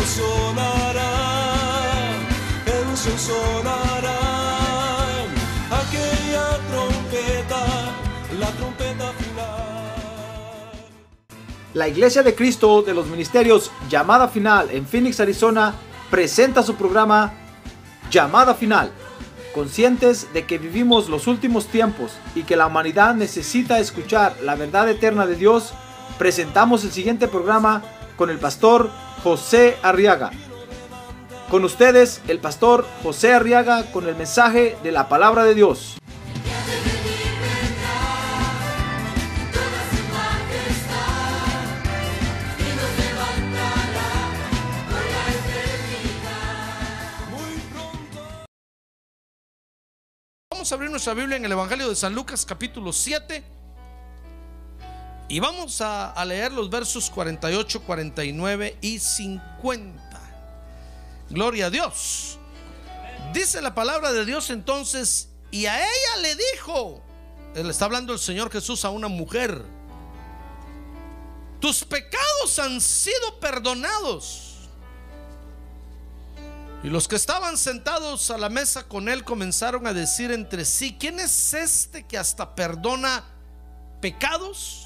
sonará aquella trompeta, la trompeta final. La Iglesia de Cristo de los Ministerios Llamada Final en Phoenix, Arizona, presenta su programa Llamada Final. Conscientes de que vivimos los últimos tiempos y que la humanidad necesita escuchar la verdad eterna de Dios, presentamos el siguiente programa con el pastor José Arriaga. Con ustedes, el pastor José Arriaga, con el mensaje de la palabra de Dios. Vamos a abrir nuestra Biblia en el Evangelio de San Lucas, capítulo 7, y vamos a leer los versos 48, 49 y 50. Gloria a Dios. Dice la palabra de Dios entonces: y a ella le dijo, le está hablando el Señor Jesús a una mujer: tus pecados han sido perdonados. Y los que estaban sentados a la mesa con él comenzaron a decir entre sí: ¿quién es este que hasta perdona pecados?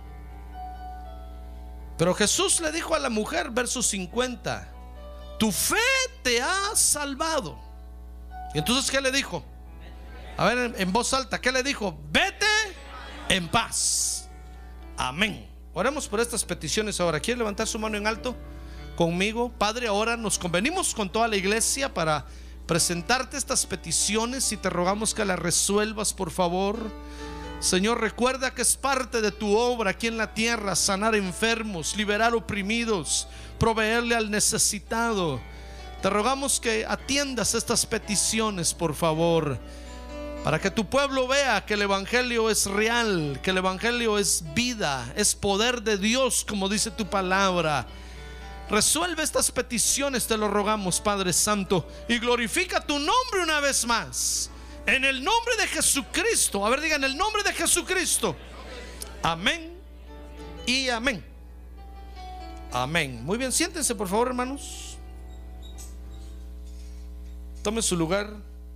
Pero Jesús le dijo a la mujer, verso 50: tu fe te ha salvado. Y entonces, ¿qué le dijo? A ver, en voz alta, ¿qué le dijo? Vete en paz. Amén. Oremos por estas peticiones ahora. ¿Quiere levantar su mano en alto conmigo? Padre, ahora nos convenimos con toda la iglesia para presentarte estas peticiones y te rogamos que las resuelvas, por favor. Señor, recuerda que es parte de tu obra aquí en la tierra sanar enfermos, liberar oprimidos, proveerle al necesitado. Te rogamos que atiendas estas peticiones, por favor, para que tu pueblo vea que el evangelio es real, que el evangelio es vida, es poder de Dios, como dice tu palabra. Resuelve estas peticiones, te lo rogamos, Padre Santo, y glorifica tu nombre una vez más. En el nombre de Jesucristo. A ver, diga: en el nombre de Jesucristo. Amén y amén. Amén. Muy bien, siéntense por favor, hermanos. Tome su lugar.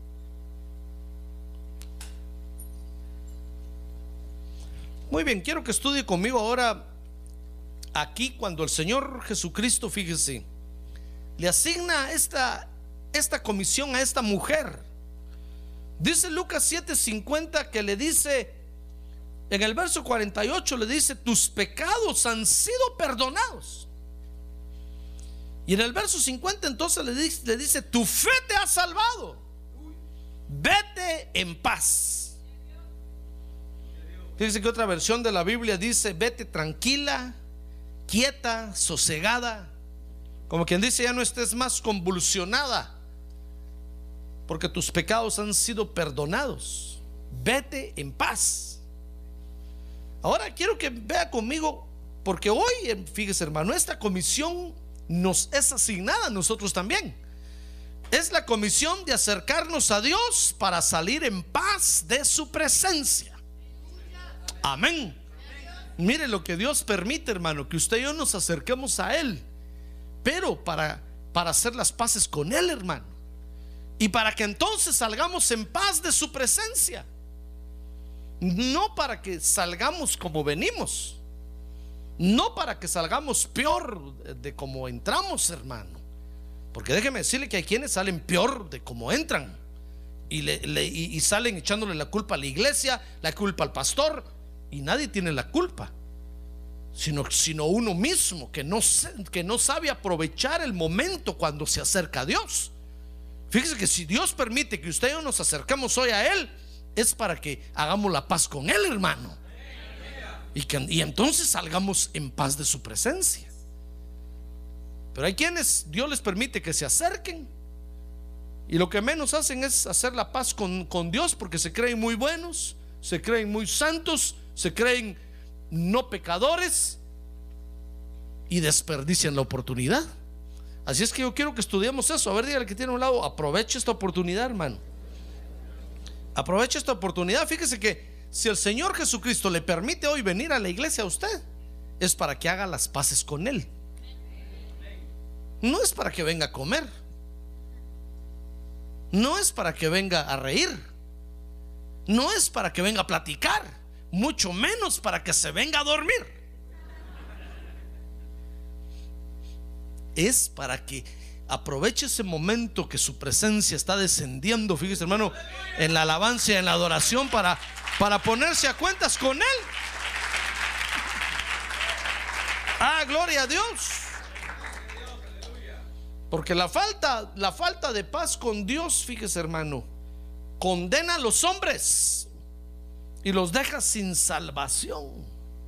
Muy bien, quiero que estudie conmigo ahora aquí cuando el Señor Jesucristo, fíjese, le asigna esta comisión a esta mujer. Dice Lucas 7:50 que le dice, en el verso 48 le dice: tus pecados han sido perdonados. Y en el verso 50 entonces le dice: tu fe te ha salvado. Vete en paz. Fíjense que otra versión de la Biblia dice: vete tranquila, quieta, sosegada. Como quien dice: ya no estés más convulsionada, porque tus pecados han sido perdonados. Vete en paz. Ahora quiero que vea conmigo, porque hoy, fíjese hermano, esta comisión nos es asignada a nosotros también. Es la comisión de acercarnos a Dios para salir en paz de su presencia. Amén. Mire lo que Dios permite, hermano, que usted y yo nos acerquemos a Él, pero para hacer las paces con Él, hermano, y para que entonces salgamos en paz de su presencia. No para que salgamos como venimos, no para que salgamos peor de como entramos, hermano. Porque déjeme decirle que hay quienes salen peor de como entran, y salen echándole la culpa a la iglesia, la culpa al pastor, y nadie tiene la culpa, sino uno mismo, que no sabe aprovechar el momento cuando se acerca a Dios. Fíjese que si Dios permite que usted y yo nos acerquemos hoy a Él, es para que hagamos la paz con Él, hermano, y entonces salgamos en paz de su presencia. Pero hay quienes Dios les permite que se acerquen, y lo que menos hacen es hacer la paz con Dios, porque se creen muy buenos, se creen muy santos, se creen no pecadores, y desperdician la oportunidad. Así es que yo quiero que estudiemos eso. A ver, dígale que tiene a un lado: aproveche esta oportunidad, hermano. Aproveche esta oportunidad. Fíjese que si el Señor Jesucristo le permite hoy venir a la iglesia a usted, es para que haga las paces con Él. no es para que venga a comer, no es para que venga a reír, no es para que venga a platicar, mucho menos para que se venga a dormir. Es para que aproveche ese momento que su presencia está descendiendo, fíjese hermano, en la alabanza y en la adoración, para ponerse a cuentas con Él. Gloria a Dios. Porque la falta de paz con Dios, fíjese hermano, condena a los hombres y los deja sin salvación.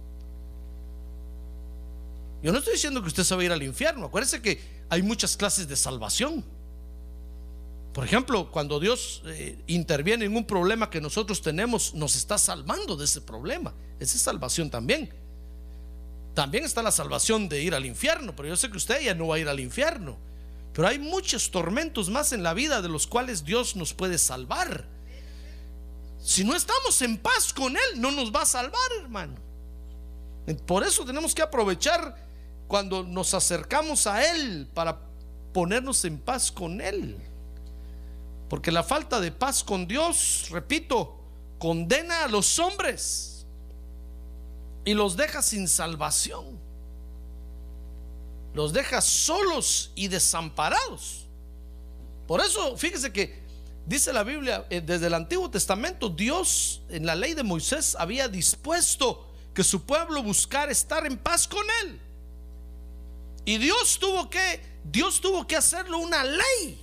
Yo no estoy diciendo que usted se va a ir al infierno. Acuérdese que hay muchas clases de salvación. Por ejemplo, cuando Dios interviene en un problema que nosotros tenemos, nos está salvando de ese problema. Esa es salvación también. También está la salvación de ir al infierno, pero yo sé que usted ya no va a ir al infierno. Pero hay muchos tormentos más en la vida de los cuales Dios nos puede salvar. Si no estamos en paz con Él, no nos va a salvar, hermano. Por eso tenemos que aprovechar cuando nos acercamos a Él para ponernos en paz con Él. Porque la falta de paz con Dios, repito, condena a los hombres y los deja sin salvación. Los deja solos y desamparados. Por eso fíjese que dice la Biblia, desde el Antiguo Testamento, Dios en la ley de Moisés había dispuesto que su pueblo buscara estar en paz con Él. Y Dios tuvo que hacerlo una ley.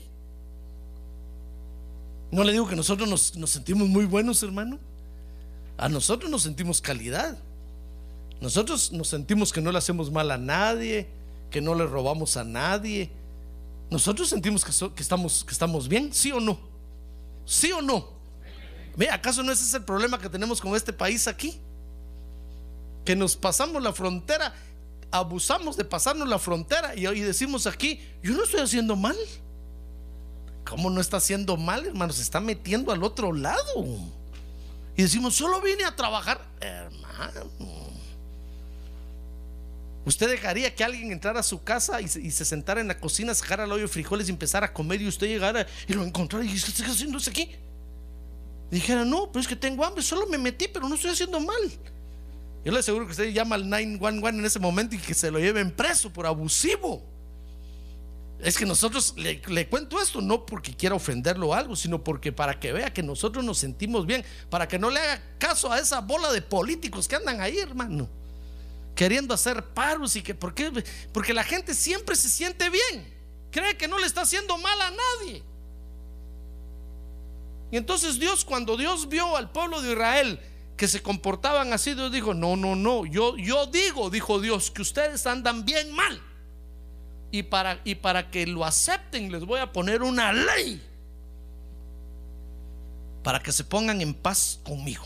No le digo que nosotros nos sentimos muy buenos, hermano. A nosotros nos sentimos calidad. Nosotros nos sentimos que no le hacemos mal a nadie, que no le robamos a nadie. Nosotros sentimos que estamos bien, ¿sí o no? ¿Sí o no? Ve, ¿acaso no ese es el problema que tenemos con este país aquí? Que nos pasamos la frontera, abusamos de pasarnos la frontera y decimos aquí, yo no estoy haciendo mal. ¿Cómo no está haciendo mal, hermano? Se está metiendo al otro lado. Y decimos, solo vine a trabajar. Hermano, ¿usted dejaría que alguien entrara a su casa y se sentara en la cocina, sacara el hoyo de frijoles y empezara a comer, y usted llegara y lo encontrara y ¿qué está haciendo eso aquí? Y dijera, no, pero es que tengo hambre, solo me metí, pero no estoy haciendo mal. Yo le aseguro que usted llama al 911 en ese momento y que se lo lleven preso por abusivo. Es que nosotros le cuento esto no porque quiera ofenderlo o algo, sino porque para que vea que nosotros nos sentimos bien, para que no le haga caso a esa bola de políticos que andan ahí, hermano, queriendo hacer paros. Y que porque la gente siempre se siente bien, cree que no le está haciendo mal a nadie. Y entonces Dios, cuando Dios vio al pueblo de Israel que se comportaban así, Dios dijo, no, yo digo, dijo Dios, que ustedes andan bien mal, y para que lo acepten les voy a poner una ley para que se pongan en paz conmigo.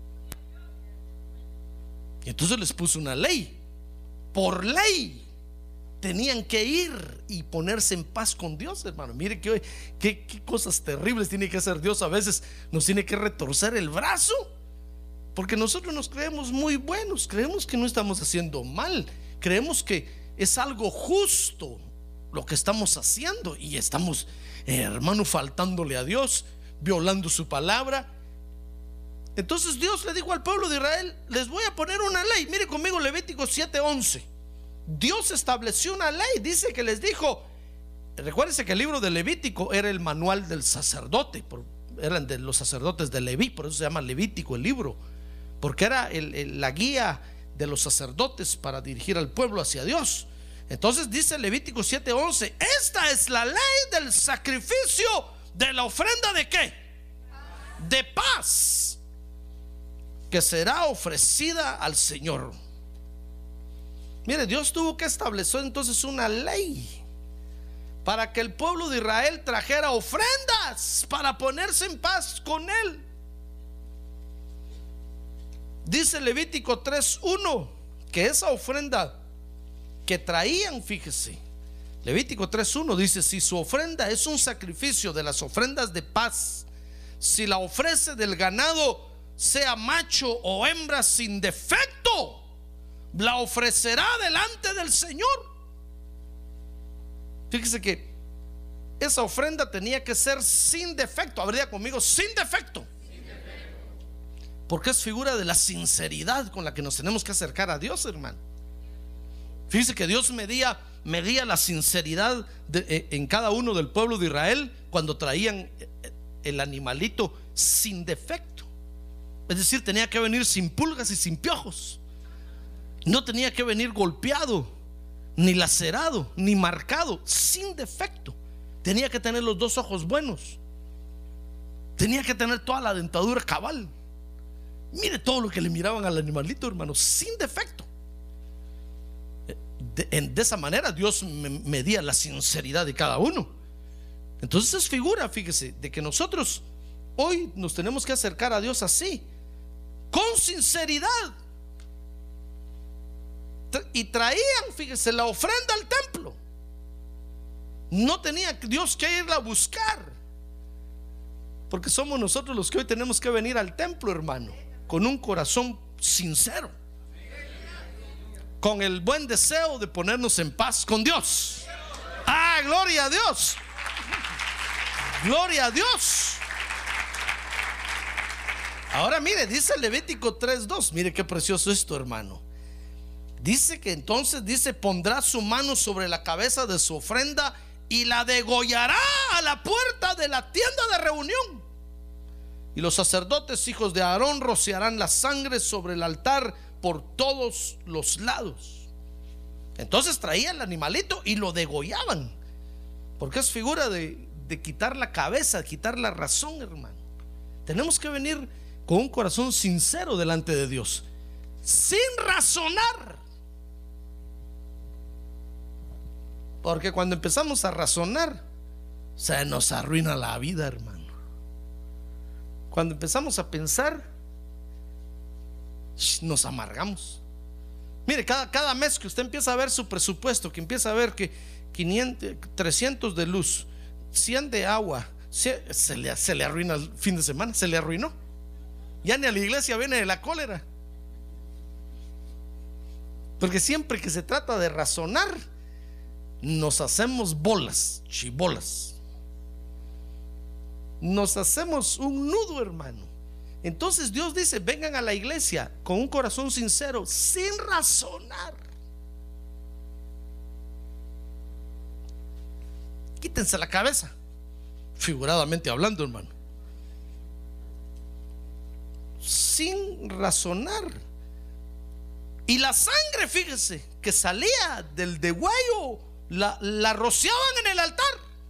Y entonces les puso una ley. Por ley tenían que ir y ponerse en paz con Dios, hermano. Mire qué cosas terribles tiene que hacer Dios. A veces nos tiene que retorcer el brazo, porque nosotros nos creemos muy buenos, creemos que no estamos haciendo mal, creemos que es algo justo lo que estamos haciendo, y estamos, hermano, faltándole a Dios, violando su palabra. Entonces Dios le dijo al pueblo de Israel, les voy a poner una ley. Mire conmigo Levítico 7:11. Dios estableció una ley. Dice que les dijo, recuérdense que el libro de Levítico era el manual del sacerdote, eran de los sacerdotes de Leví, por eso se llama Levítico el libro, porque era la guía de los sacerdotes para dirigir al pueblo hacia Dios. Entonces dice Levítico 7:11, esta es la ley del sacrificio de la ofrenda de ¿qué? De paz, que será ofrecida al Señor. Mire, Dios tuvo que establecer entonces una ley para que el pueblo de Israel trajera ofrendas para ponerse en paz con Él. Dice Levítico 3:1 que esa ofrenda que traían, fíjese, Levítico 3:1 dice, si su ofrenda es un sacrificio de las ofrendas de paz, si la ofrece del ganado, sea macho o hembra sin defecto, la ofrecerá delante del Señor. Fíjese que esa ofrenda tenía que ser sin defecto. Habría conmigo, sin defecto. Porque es figura de la sinceridad con la que nos tenemos que acercar a Dios, hermano. Fíjese que Dios medía la sinceridad en cada uno del pueblo de Israel cuando traían el animalito sin defecto. Es decir, tenía que venir sin pulgas y sin piojos. No tenía que venir golpeado, ni lacerado, ni marcado, sin defecto. Tenía que tener los dos ojos buenos. Tenía que tener toda la dentadura cabal. Mire todo lo que le miraban al animalito, hermano, sin defecto. De esa manera Dios medía la sinceridad de cada uno. Entonces es figura, fíjese, de que nosotros hoy nos tenemos que acercar a Dios así, con sinceridad. Y traían, fíjese, la ofrenda al templo. No tenía Dios que irla a buscar, porque somos nosotros los que hoy tenemos que venir al templo, hermano, con un corazón sincero, con el buen deseo de ponernos en paz con Dios. ¡Ah, gloria a Dios! ¡Gloria a Dios! Ahora mire, dice Levítico 3:2. Mire qué precioso esto, hermano. Dice que entonces, dice, pondrá su mano sobre la cabeza de su ofrenda y la degollará a la puerta de la tienda de reunión. Y los sacerdotes, hijos de Aarón, rociarán la sangre sobre el altar por todos los lados. Entonces traían el animalito y lo degollaban, porque es figura de quitar la cabeza, quitar la razón, hermano. Tenemos que venir con un corazón sincero delante de Dios, sin razonar. Porque cuando empezamos a razonar, se nos arruina la vida, hermano. Cuando empezamos a pensar, nos amargamos. Mire, cada mes que usted empieza a ver su presupuesto, que empieza a ver que 500, 300 de luz, 100 de agua, se le arruina el fin de semana. Se le arruinó. Ya ni a la iglesia viene de la cólera, porque siempre que se trata de razonar, nos hacemos bolas, chibolas. Nos hacemos un nudo, hermano. Entonces Dios dice: vengan a la iglesia con un corazón sincero, sin razonar. Quítense la cabeza, figuradamente hablando, hermano, sin razonar. Y la sangre, fíjese, que salía del degüello, la rociaban en el altar.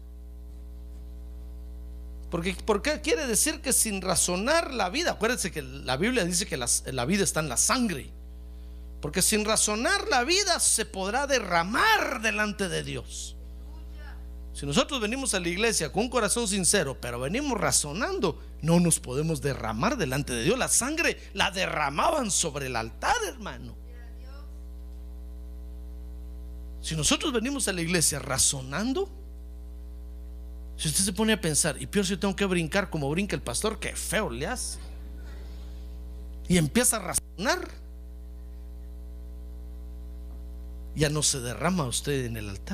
¿Por qué quiere decir que sin razonar la vida? Acuérdense que la Biblia dice que la vida está en la sangre. Porque sin razonar la vida se podrá derramar delante de Dios. Si nosotros venimos a la iglesia con un corazón sincero, pero venimos razonando, no nos podemos derramar delante de Dios. La sangre la derramaban sobre el altar, hermano. Si nosotros venimos a la iglesia razonando, si usted se pone a pensar, y peor si yo tengo que brincar como brinca el pastor, qué feo le hace, y empieza a razonar, ya no se derrama usted en el altar,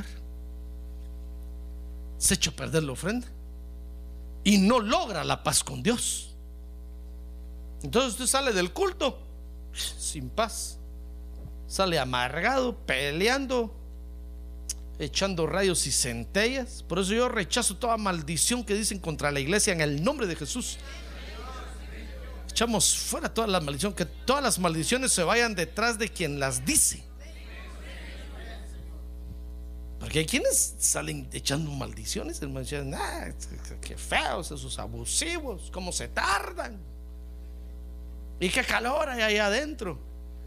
se echa a perder la ofrenda y no logra la paz con Dios. Entonces usted sale del culto sin paz, sale amargado, peleando, echando rayos y centellas. Por eso yo rechazo toda maldición que dicen contra la iglesia en el nombre de Jesús. Echamos fuera toda la maldición, que todas las maldiciones se vayan detrás de quien las dice. Porque hay quienes salen echando maldiciones, hermano, dicen: qué feos esos abusivos, cómo se tardan, y qué calor hay ahí adentro.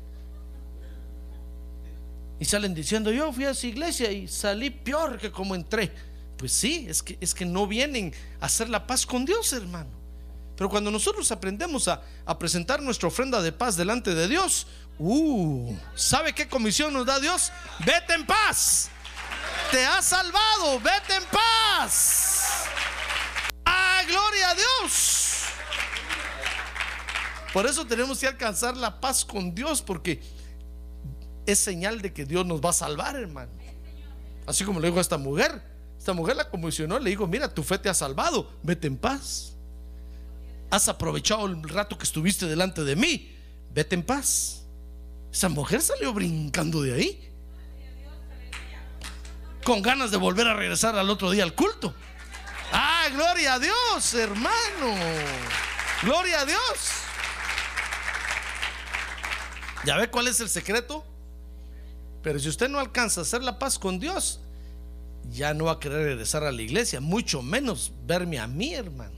Y salen diciendo: yo fui a esa iglesia y salí peor que como entré. Pues sí, es que no vienen a hacer la paz con Dios, hermano. Pero cuando nosotros aprendemos a presentar nuestra ofrenda de paz delante de Dios, ¿sabe qué comisión nos da Dios? Vete en paz. Te has salvado, vete en paz. ¡Ah, gloria a Dios! Por eso tenemos que alcanzar la paz con Dios, porque es señal de que Dios nos va a salvar, hermano. Así como le dijo a esta mujer. Esta mujer la conmocionó, le dijo: mira, tu fe te ha salvado, vete en paz. Has aprovechado el rato que estuviste delante de mí, vete en paz. Esa mujer salió brincando de ahí, con ganas de volver a regresar al otro día al culto. Ah, gloria a Dios, hermano. Gloria a Dios. ¿Ya ve cuál es el secreto? Pero si usted no alcanza a hacer la paz con Dios, ya no va a querer regresar a la iglesia, mucho menos verme a mí, hermano.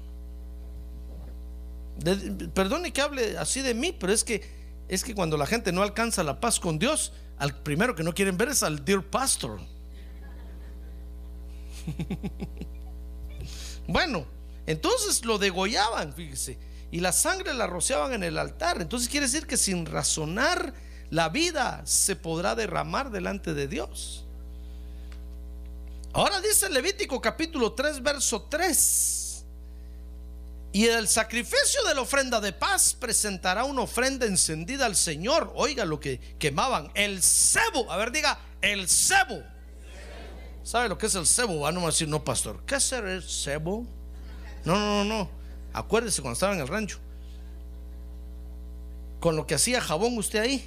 Perdone que hable así de mí, pero es que cuando la gente no alcanza la paz con Dios, al primero que no quieren ver es al dear pastor. Bueno, entonces lo degollaban, fíjese, y la sangre la rociaban en el altar. Entonces quiere decir que sin razonar la vida se podrá derramar delante de Dios. Ahora dice Levítico capítulo 3 verso 3: y el sacrificio de la ofrenda de paz presentará una ofrenda encendida al Señor. Oiga lo que quemaban: el sebo. A ver, diga: el sebo. ¿Sabe lo que es el sebo? No me va a decir: no, pastor, ¿qué es el sebo? No. Acuérdese cuando estaba en el rancho, con lo que hacía jabón usted ahí.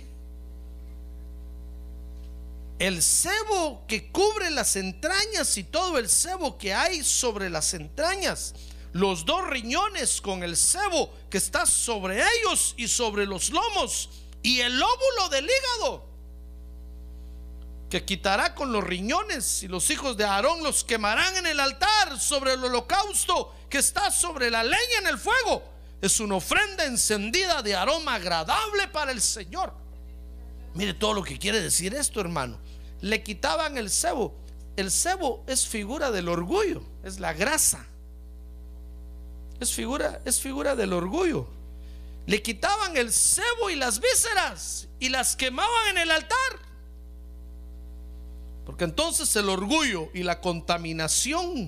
El sebo que cubre las entrañas y todo el sebo que hay sobre las entrañas, los dos riñones con el sebo que está sobre ellos y sobre los lomos, y el lóbulo del hígado que quitará con los riñones, y los hijos de Aarón los quemarán en el altar sobre el holocausto que está sobre la leña en el fuego. Es una ofrenda encendida de aroma agradable para el Señor. Mire todo lo que quiere decir esto, hermano. Le quitaban el sebo. El sebo es figura del orgullo, es la grasa, es figura del orgullo. Le quitaban el sebo y las vísceras y las quemaban en el altar, porque entonces el orgullo y la contaminación,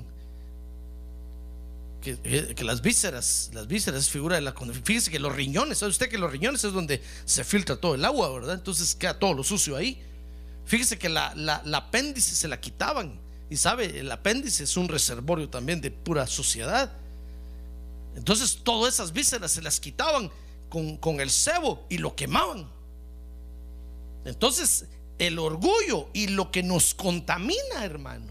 que las vísceras es figura de la contaminación. Fíjese que los riñones, ¿sabe usted que los riñones es donde se filtra todo el agua, verdad? Entonces queda todo lo sucio ahí. Fíjese que la apéndice se la quitaban, y sabe, el apéndice es un reservorio también de pura suciedad. Entonces todas esas vísceras se las quitaban con el sebo y lo quemaban. Entonces el orgullo y lo que nos contamina, hermano,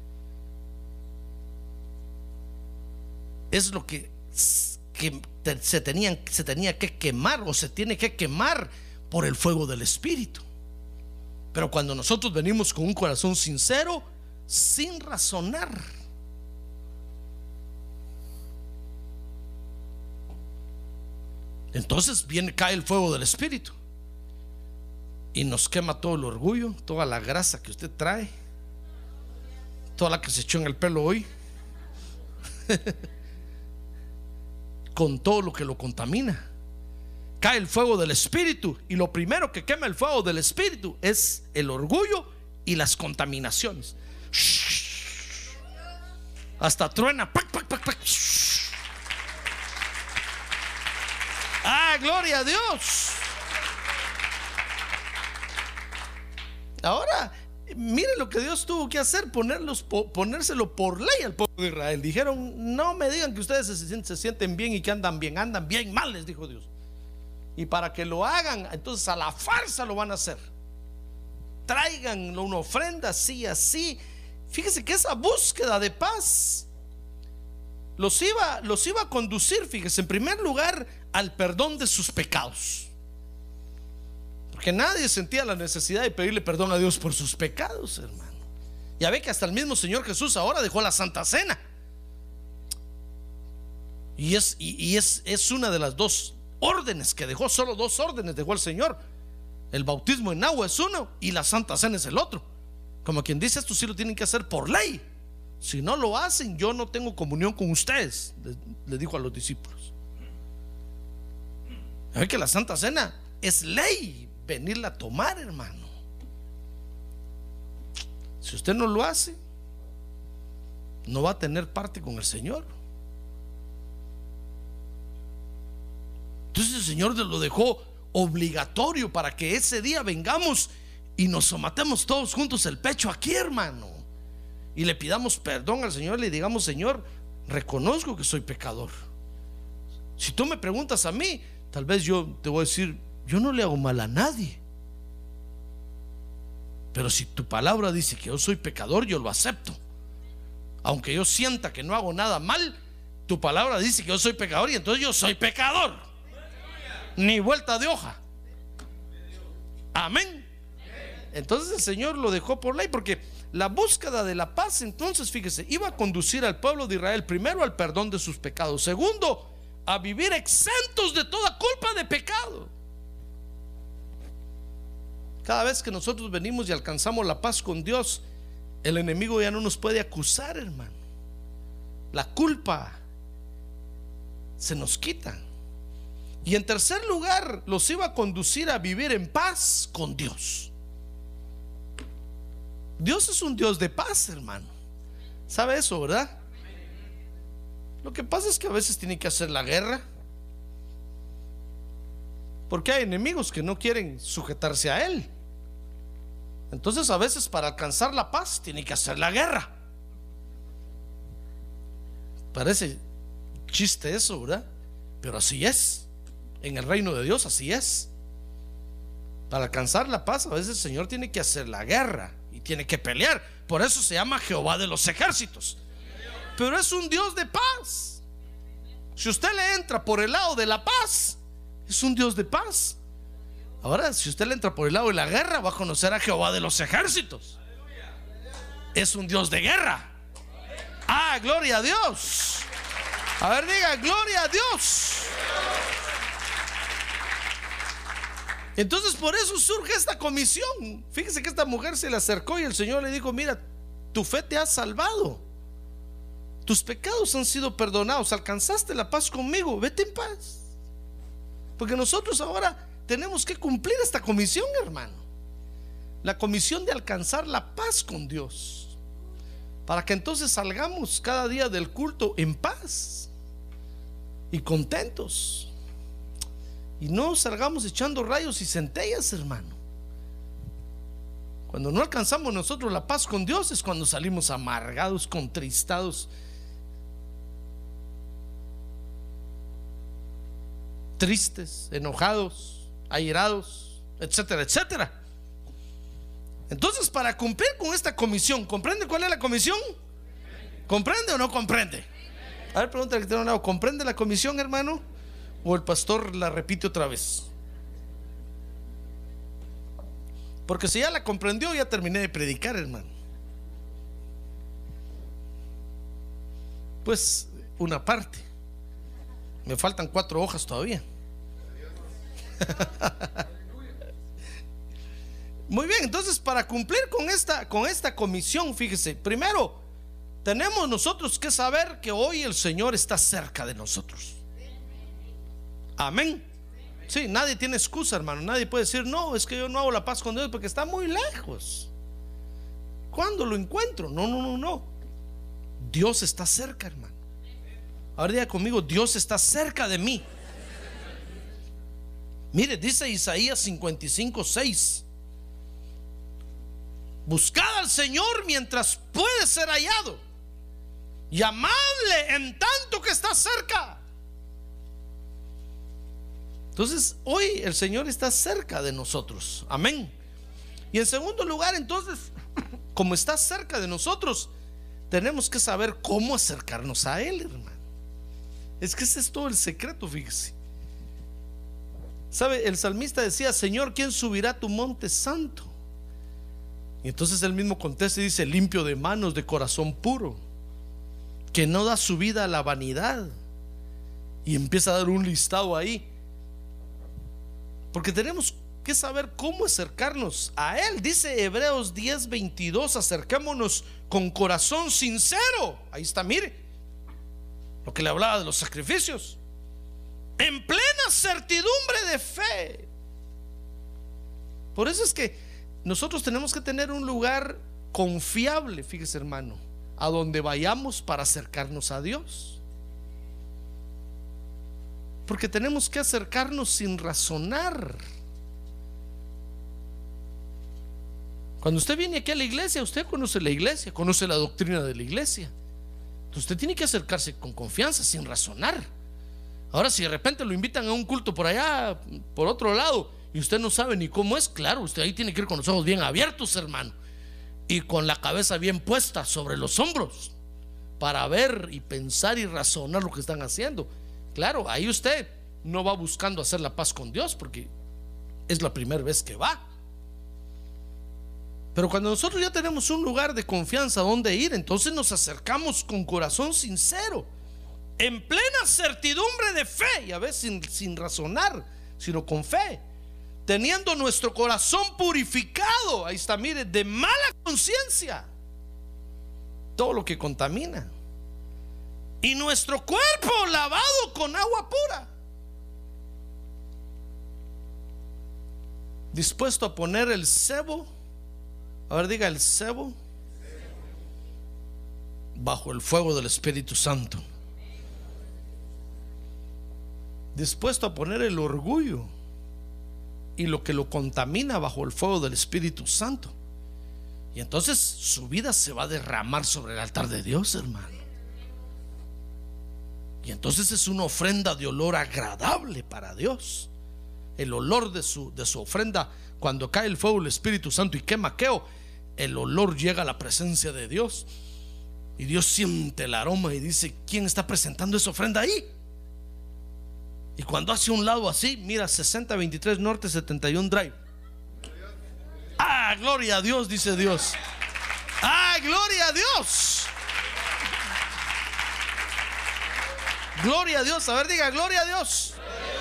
es lo que se tenía que quemar, o se tiene que quemar por el fuego del Espíritu. Pero cuando nosotros venimos con un corazón sincero, sin razonar, entonces cae el fuego del Espíritu y nos quema todo el orgullo, toda la grasa que usted trae, toda la que se echó en el pelo hoy, con todo lo que lo contamina. Cae el fuego del Espíritu, y lo primero que quema el fuego del Espíritu es el orgullo y las contaminaciones. Hasta truena. Ah, gloria a Dios. Ahora mire lo que Dios tuvo que hacer: ponérselo por ley al pueblo de Israel. Dijeron: no me digan que ustedes se sienten bien y que andan bien mal, les dijo Dios. Y para que lo hagan, entonces a la farsa lo van a hacer. Traigan una ofrenda así. Fíjese que esa búsqueda de paz los iba a conducir, fíjese, en primer lugar al perdón de sus pecados, porque nadie sentía la necesidad de pedirle perdón a Dios por sus pecados, hermano. Ya ve que hasta el mismo Señor Jesús ahora dejó la Santa Cena, y es una de las dos órdenes que dejó. Solo dos órdenes dejó el Señor: el bautismo en agua es uno y la Santa Cena es el otro. Como quien dice: esto sí lo tienen que hacer por ley. Si no lo hacen, yo no tengo comunión con ustedes, le dijo a los discípulos. A ver que la Santa Cena es ley venirla a tomar, hermano. Si usted no lo hace, no va a tener parte con el Señor. Entonces el Señor lo dejó obligatorio para que ese día vengamos y nos somatemos todos juntos el pecho aquí, hermano. y le pidamos perdón al Señor, le digamos: Señor, reconozco que soy pecador. Si tú me preguntas a mí, tal vez yo te voy a decir: yo no le hago mal a nadie. Pero si tu palabra dice que yo soy pecador, yo lo acepto. Aunque yo sienta que no hago nada mal, tu palabra dice que yo soy pecador, y entonces yo soy pecador. Ni vuelta de hoja. Amén. Entonces el Señor lo dejó por ley, porque la búsqueda de la paz, entonces fíjese, iba a conducir al pueblo de Israel primero al perdón de sus pecados, segundo a vivir exentos de toda culpa de pecado. Cada vez que nosotros venimos y alcanzamos la paz con Dios, el enemigo ya no nos puede acusar, hermano. La culpa se nos quita. Y en tercer lugar, los iba a conducir a vivir en paz con Dios. Dios es un Dios de paz, hermano. ¿Sabe eso, verdad? Lo que pasa es que a veces tiene que hacer la guerra, porque hay enemigos que no quieren sujetarse a Él. Entonces a veces para alcanzar la paz tiene que hacer la guerra. Parece chiste eso, ¿verdad? Pero así es. En el reino de Dios así es. Para alcanzar la paz a veces el Señor tiene que hacer la guerra y tiene que pelear. Por eso se llama Jehová de los ejércitos. Pero es un Dios de paz. Si usted le entra por el lado de la paz, es un Dios de paz. Ahora, si usted le entra por el lado de la guerra, va a conocer a Jehová de los ejércitos. Es un Dios de guerra. Ah, gloria a Dios. A ver, diga: gloria a Dios. Entonces por eso surge esta comisión. Fíjese que esta mujer se le acercó y el Señor le dijo: mira, tu fe te ha salvado, tus pecados han sido perdonados, alcanzaste la paz conmigo, vete en paz. Porque nosotros ahora tenemos que cumplir esta comisión, hermano. La comisión de alcanzar la paz con Dios, para que entonces salgamos cada día del culto en paz y contentos, y no salgamos echando rayos y centellas, hermano. Cuando no alcanzamos nosotros la paz con Dios es cuando salimos amargados, contristados, tristes, enojados, airados, etcétera, etcétera. Entonces, para cumplir con esta comisión, ¿comprende cuál es la comisión? ¿Comprende o no comprende? A ver, pregúntale que tiene a un lado: ¿comprende la comisión, hermano? ¿O el pastor la repite otra vez? Porque si ya la comprendió, ya terminé de predicar, hermano. Pues una parte. Me faltan 4 hojas todavía. Muy bien, entonces para cumplir con esta comisión, fíjese, primero tenemos nosotros que saber que hoy el Señor está cerca de nosotros. Amén. Sí, nadie tiene excusa, hermano. Nadie puede decir: no, es que yo no hago la paz con Dios porque está muy lejos. ¿Cuándo lo encuentro? No. Dios está cerca, hermano. Ahora diga conmigo: Dios está cerca de mí. Mire, dice Isaías 55:6: buscad al Señor mientras puede ser hallado, llamadle en tanto que está cerca. Entonces hoy el Señor está cerca de nosotros. Amén. Y en segundo lugar, entonces, como está cerca de nosotros, tenemos que saber cómo acercarnos a Él, hermano. Es que ese es todo el secreto, fíjese. ¿Sabe? El salmista decía: Señor, ¿quién subirá a tu monte santo? Y entonces él mismo contesta y dice: limpio de manos, de corazón puro, que no da su vida a la vanidad. Y empieza a dar un listado ahí, porque tenemos que saber cómo acercarnos a Él. Dice Hebreos 10:22: acerquémonos con corazón sincero. Ahí está, mire lo que le hablaba de los sacrificios, en plena certidumbre de fe. Por eso es que nosotros tenemos que tener un lugar confiable, fíjese, hermano, a donde vayamos para acercarnos a Dios. Porque tenemos que acercarnos sin razonar. Cuando usted viene aquí a la iglesia, usted conoce la iglesia, conoce la doctrina de la iglesia. Entonces usted tiene que acercarse con confianza, sin razonar. Ahora, si de repente lo invitan a un culto por allá, por otro lado, y usted no sabe ni cómo es, claro, usted ahí tiene que ir con los ojos bien abiertos, hermano, y con la cabeza bien puesta sobre los hombros, para ver y pensar y razonar lo que están haciendo. Claro, ahí usted no va buscando hacer la paz con Dios, porque es la primera vez que va. Pero cuando nosotros ya tenemos un lugar de confianza donde ir, entonces nos acercamos con corazón sincero, en plena certidumbre de fe, y a veces sin razonar, sino con fe, teniendo nuestro corazón purificado, ahí está, mire, de mala conciencia, todo lo que contamina, y nuestro cuerpo lavado con agua pura, dispuesto a poner el cebo, a ver, diga, el cebo bajo el fuego del Espíritu Santo, dispuesto a poner el orgullo y lo que lo contamina bajo el fuego del Espíritu Santo. Y entonces su vida se va a derramar sobre el altar de Dios, hermano. Y entonces es una ofrenda de olor agradable para Dios. El olor de su ofrenda, cuando cae el fuego del Espíritu Santo y quema aquello, el olor llega a la presencia de Dios, y Dios siente el aroma y dice: ¿quién está presentando esa ofrenda ahí? Y cuando hace un lado así, mira, 6023 Norte 71 Drive. Ah, gloria a Dios, dice Dios. Ah, gloria a Dios. Gloria a Dios. A ver, diga, gloria a Dios.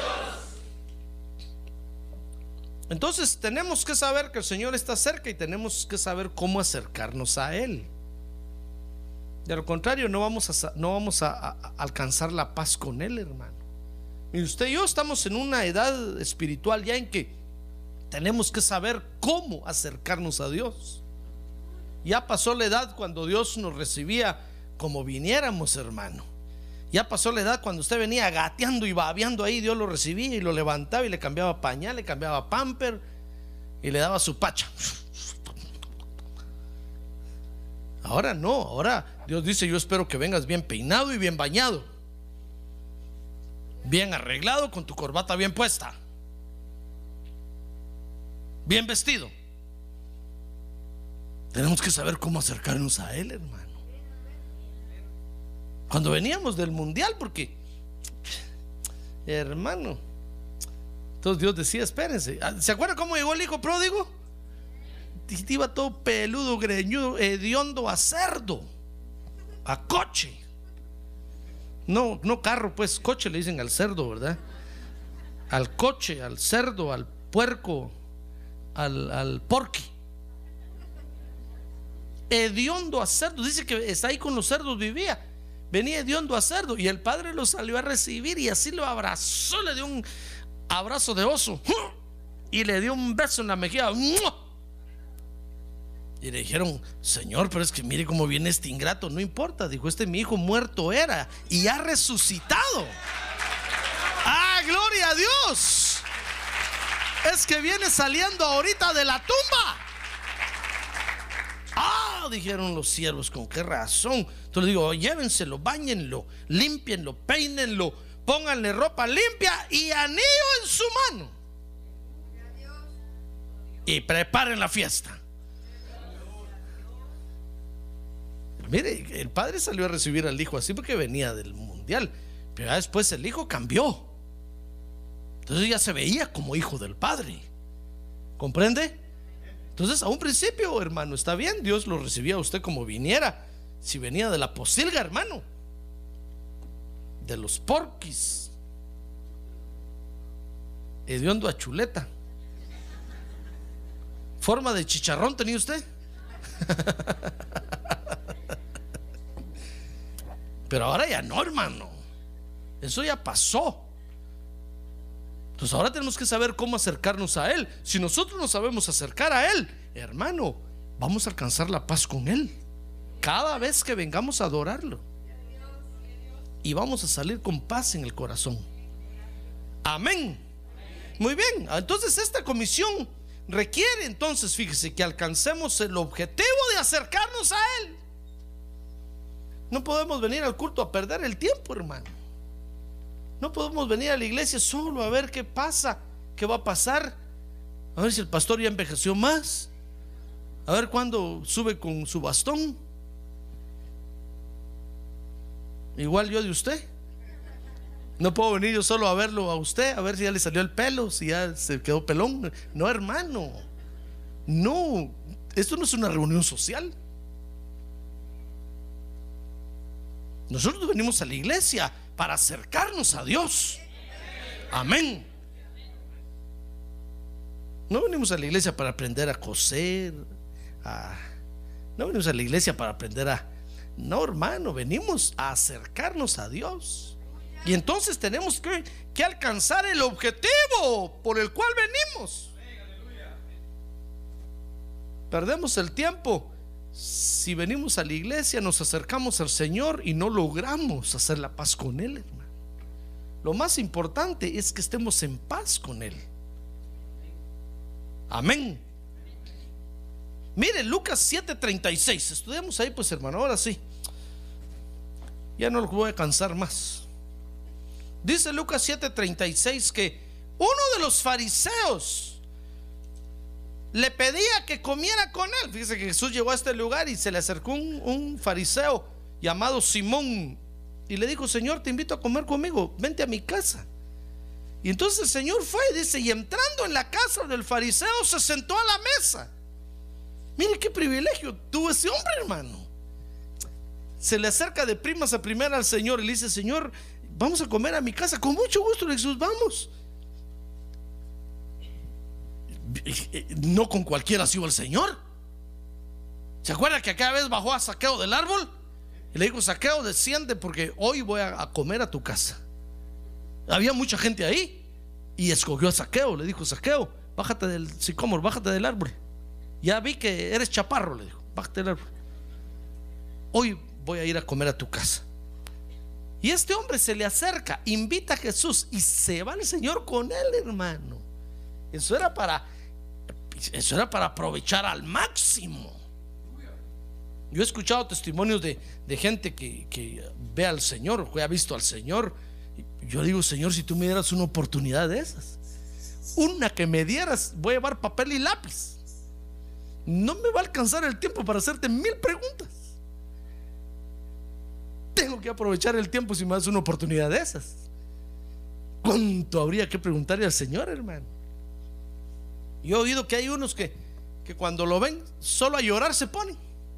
Entonces tenemos que saber que el Señor está cerca, y tenemos que saber cómo acercarnos a Él. De lo contrario, no vamos a alcanzar la paz con Él, hermano. Y usted y yo estamos en una edad espiritual ya en que tenemos que saber cómo acercarnos a Dios. Ya pasó la edad cuando Dios nos recibía como viniéramos, hermano. Ya pasó la edad cuando usted venía gateando y babeando ahí, Dios lo recibía y lo levantaba y le cambiaba pañal, le cambiaba pamper y le daba su pacha. Ahora no, ahora Dios dice: yo espero que vengas bien peinado y bien bañado, bien arreglado, con tu corbata bien puesta, bien vestido. Tenemos que saber cómo acercarnos a Él, hermano. Cuando veníamos del mundial, porque, hermano, entonces Dios decía: espérense. ¿Se acuerda cómo llegó el hijo pródigo? Iba todo peludo, greñudo, hediondo a cerdo, a coche. No carro, pues coche le dicen al cerdo, ¿verdad? Al coche, al cerdo, al puerco, al porqui. Hediondo a cerdo. Dice que está ahí con los cerdos, vivía. Venía hediondo a cerdo, y el padre lo salió a recibir y así lo abrazó, le dio un abrazo de oso y le dio un beso en la mejilla. Y le dijeron: Señor, pero es que mire cómo viene este ingrato. No importa, dijo: este mi hijo muerto era y ha resucitado. ¡Ah, gloria a Dios! Es que viene saliendo ahorita de la tumba. Ah, dijeron los siervos: ¿con qué razón? Entonces les digo: llévenselo, báñenlo, límpienlo, peínenlo, pónganle ropa limpia y anillo en su mano, y preparen la fiesta. Mire, el padre salió a recibir al hijo así porque venía del mundial, pero ya después el hijo cambió. Entonces ya se veía como hijo del padre. ¿Comprende? Entonces, a un principio, hermano, está bien, Dios lo recibía a usted como viniera. Si venía de la posilga, hermano, de los porquis, hediondo a chuleta, forma de chicharrón tenía usted. Pero ahora ya no, hermano. Eso ya pasó. Entonces ahora tenemos que saber cómo acercarnos a Él. Si nosotros nos sabemos acercar a Él, hermano, vamos a alcanzar la paz con Él cada vez que vengamos a adorarlo, y vamos a salir con paz en el corazón. Amén. Muy bien. Entonces esta comisión requiere entonces, fíjese, que alcancemos el objetivo de acercarnos a Él. No podemos venir al culto a perder el tiempo, hermano. No podemos venir a la iglesia solo a ver qué pasa, qué va a pasar, a ver si el pastor ya envejeció más, a ver cuándo sube con su bastón. Igual yo de usted. No puedo venir yo solo a verlo a usted, a ver si ya le salió el pelo, si ya se quedó pelón. No, hermano, no, esto no es una reunión social. Nosotros venimos a la iglesia para acercarnos a Dios. Amén. No venimos a la iglesia para aprender a coser, no venimos a la iglesia para aprender a... No, hermano, venimos a acercarnos a Dios. Y entonces tenemos que alcanzar el objetivo por el cual venimos. Perdemos el tiempo si venimos a la iglesia, nos acercamos al Señor y no logramos hacer la paz con Él, hermano. Lo más importante es que estemos en paz con Él. Amén. Mire, Lucas 7:36. Estudiamos ahí, pues, hermano. Ahora sí, ya no lo voy a cansar más. Dice Lucas 7:36 que uno de los fariseos le pedía que comiera con él. Fíjese que Jesús llegó a este lugar y se le acercó un fariseo llamado Simón y le dijo: Señor, te invito a comer conmigo, vente a mi casa. Y entonces el Señor fue, dice, y entrando en la casa del fariseo se sentó a la mesa. Mire qué privilegio tuvo ese hombre, hermano. Se le acerca de primas a primera al Señor y le dice: Señor, vamos a comer a mi casa. Con mucho gusto, Jesús, vamos. No con cualquiera se iba el Señor. ¿Se acuerda que aquella vez bajó a Zaqueo del árbol y le dijo: Zaqueo, desciende porque hoy voy a comer a tu casa? Había mucha gente ahí y escogió a Zaqueo. Le dijo: Zaqueo, bájate del sicómoro, bájate del árbol. Ya vi que eres chaparro, le dijo, bájate del árbol. Hoy voy a ir a comer a tu casa. Y este hombre se le acerca, invita a Jesús y se va el Señor con él, hermano. Eso era para aprovechar al máximo. Yo he escuchado testimonios de gente que ve al Señor, que ha visto al Señor. Yo digo: Señor, si tú me dieras una oportunidad de esas, una que me dieras, voy a llevar papel y lápiz. No me va a alcanzar el tiempo para hacerte 1000 preguntas. Tengo que aprovechar el tiempo si me das una oportunidad de esas. ¿Cuánto habría que preguntarle al Señor, hermano? Yo he oído que hay unos que cuando lo ven solo a llorar se ponen.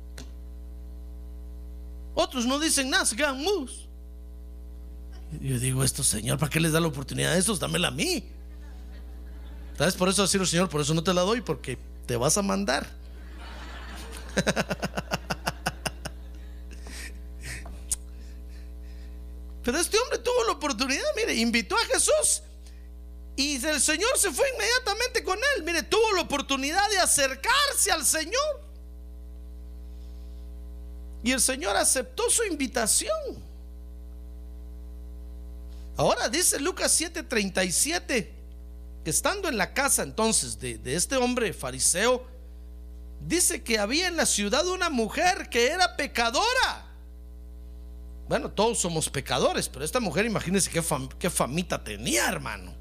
Otros no dicen nada, se quedan mudos. Yo digo: esto, Señor, ¿para qué les da la oportunidad a estos? Dámela a mí. ¿Sabes? Por eso ha sido el Señor, por eso no te la doy, porque te vas a mandar. Pero este hombre tuvo la oportunidad, mire, invitó a Jesús y el Señor se fue inmediatamente con él. Mire, tuvo la oportunidad de acercarse al Señor y el Señor aceptó su invitación. Ahora dice Lucas 7:37, estando en la casa entonces de este hombre fariseo, dice que había en la ciudad una mujer que era pecadora. Bueno, todos somos pecadores, pero esta mujer, imagínense qué famita tenía, hermano.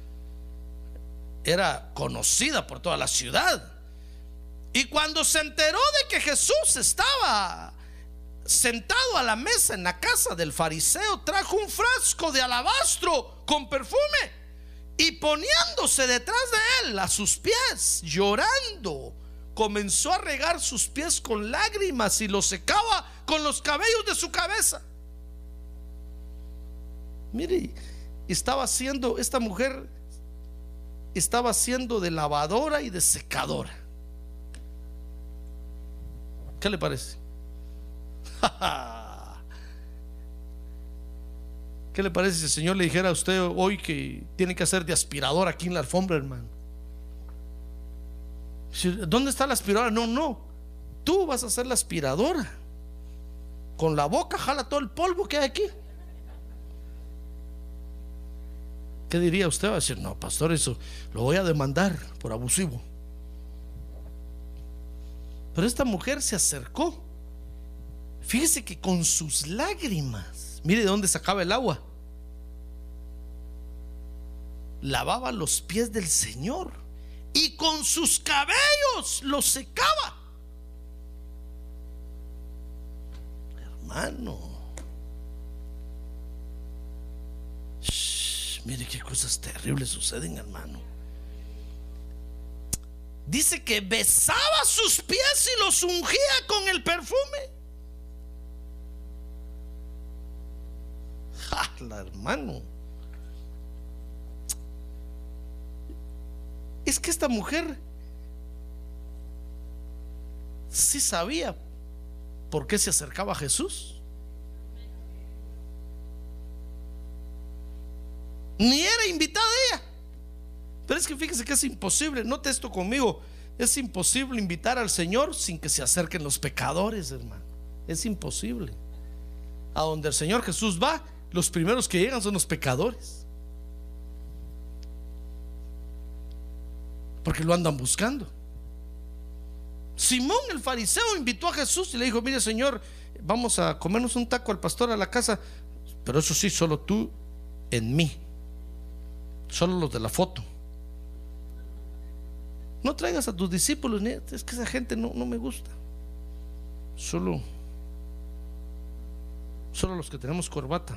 Era conocida por toda la ciudad. Y cuando se enteró de que Jesús estaba sentado a la mesa en la casa del fariseo, trajo un frasco de alabastro con perfume y poniéndose detrás de él a sus pies, llorando, comenzó a regar sus pies con lágrimas y los secaba con los cabellos de su cabeza. Mire, esta mujer estaba haciendo de lavadora y de secadora. ¿Qué le parece? ¿Qué le parece si el Señor le dijera a usted hoy que tiene que hacer de aspiradora aquí en la alfombra, hermano? ¿Dónde está la aspiradora? No, tú vas a ser la aspiradora. Con la boca jala todo el polvo que hay aquí. ¿Qué diría usted? Va a decir: no, pastor, eso lo voy a demandar por abusivo. Pero esta mujer se acercó. Fíjese que con sus lágrimas, mire de dónde sacaba el agua, lavaba los pies del Señor y con sus cabellos los secaba. Hermano, mire qué cosas terribles suceden, hermano. Dice que besaba sus pies y los ungía con el perfume. ¡Jala, hermano! Es que esta mujer sí sabía por qué se acercaba a Jesús. Ni era invitada ella. Pero es que fíjese que es imposible, note esto conmigo, es imposible invitar al Señor sin que se acerquen los pecadores, hermano. Es imposible. A donde el Señor Jesús va, los primeros que llegan son los pecadores, porque lo andan buscando. Simón el fariseo invitó a Jesús y le dijo: mire, Señor, vamos a comernos un taco al pastor a la casa, pero eso sí, solo tú en mí, solo los de la foto. No traigas a tus discípulos, es que esa gente no me gusta. Solo los que tenemos corbata.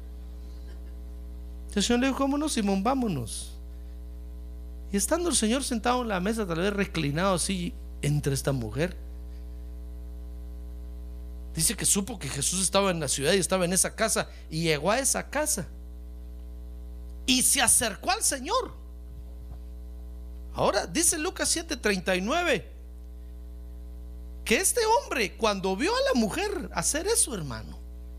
El Señor le dijo: ¿cómo no, Simón? Vámonos. Y estando el Señor sentado en la mesa, tal vez reclinado así entre esta mujer, dice que supo que Jesús estaba en la ciudad y estaba en esa casa, y llegó a esa casa y se acercó al Señor. Ahora dice Lucas 7:39 que este hombre, cuando vio a la mujer hacer eso, hermano,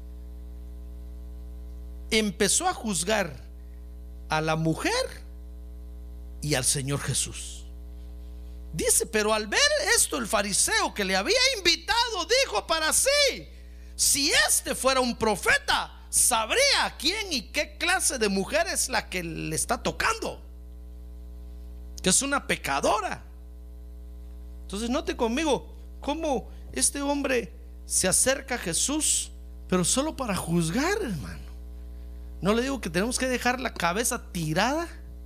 empezó a juzgar a la mujer y al Señor Jesús. Dice: pero al ver esto, el fariseo que le había invitado dijo para sí: si este fuera un profeta, sabría quién y qué clase de mujer es la que le está tocando, que es una pecadora. Entonces note conmigo cómo este hombre se acerca a Jesús, pero solo para juzgar, hermano. No le digo que tenemos que dejar la cabeza tirada.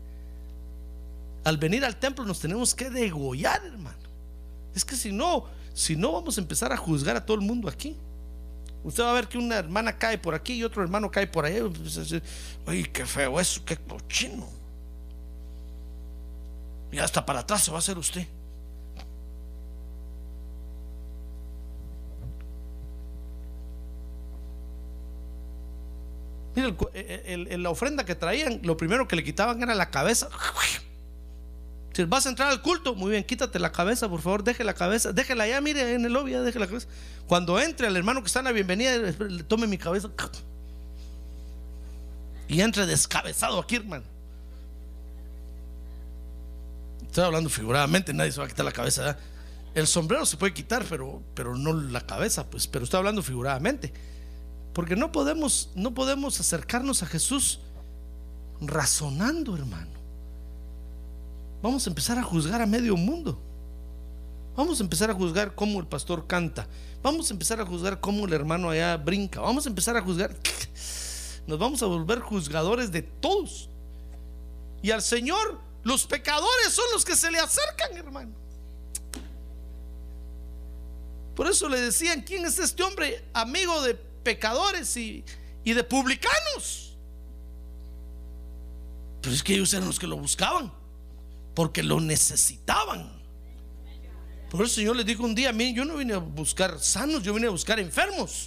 Al venir al templo nos tenemos que degollar, hermano. Es que si no vamos a empezar a juzgar a todo el mundo aquí. Usted va a ver que una hermana cae por aquí y otro hermano cae por allá. Ay, qué feo eso, qué cochino. Y hasta para atrás se va a hacer usted. Mira, la ofrenda que traían, lo primero que le quitaban era la cabeza. Si vas a entrar al culto, muy bien, quítate la cabeza, por favor, deje la cabeza, déjela allá, mire, en el lobby, deje la cabeza. Cuando entre al hermano que está en la bienvenida, le tome mi cabeza y entre descabezado aquí, hermano. Estoy hablando figuradamente, nadie se va a quitar la cabeza, ¿verdad? El sombrero se puede quitar, pero no la cabeza, pues. Pero estoy hablando figuradamente, porque no podemos acercarnos a Jesús razonando, hermano. Vamos a empezar a juzgar a medio mundo. Vamos a empezar a juzgar cómo el pastor canta. Vamos a empezar a juzgar cómo el hermano allá brinca. Vamos a empezar a juzgar. Nos vamos a volver juzgadores de todos. Y al Señor, los pecadores son los que se le acercan, hermano. Por eso le decían: ¿quién es este hombre? Amigo de pecadores y de publicanos. Pero es que ellos eran los que lo buscaban, porque lo necesitaban. Por eso el Señor les dijo un día: a mí, yo no vine a buscar sanos, yo vine a buscar enfermos.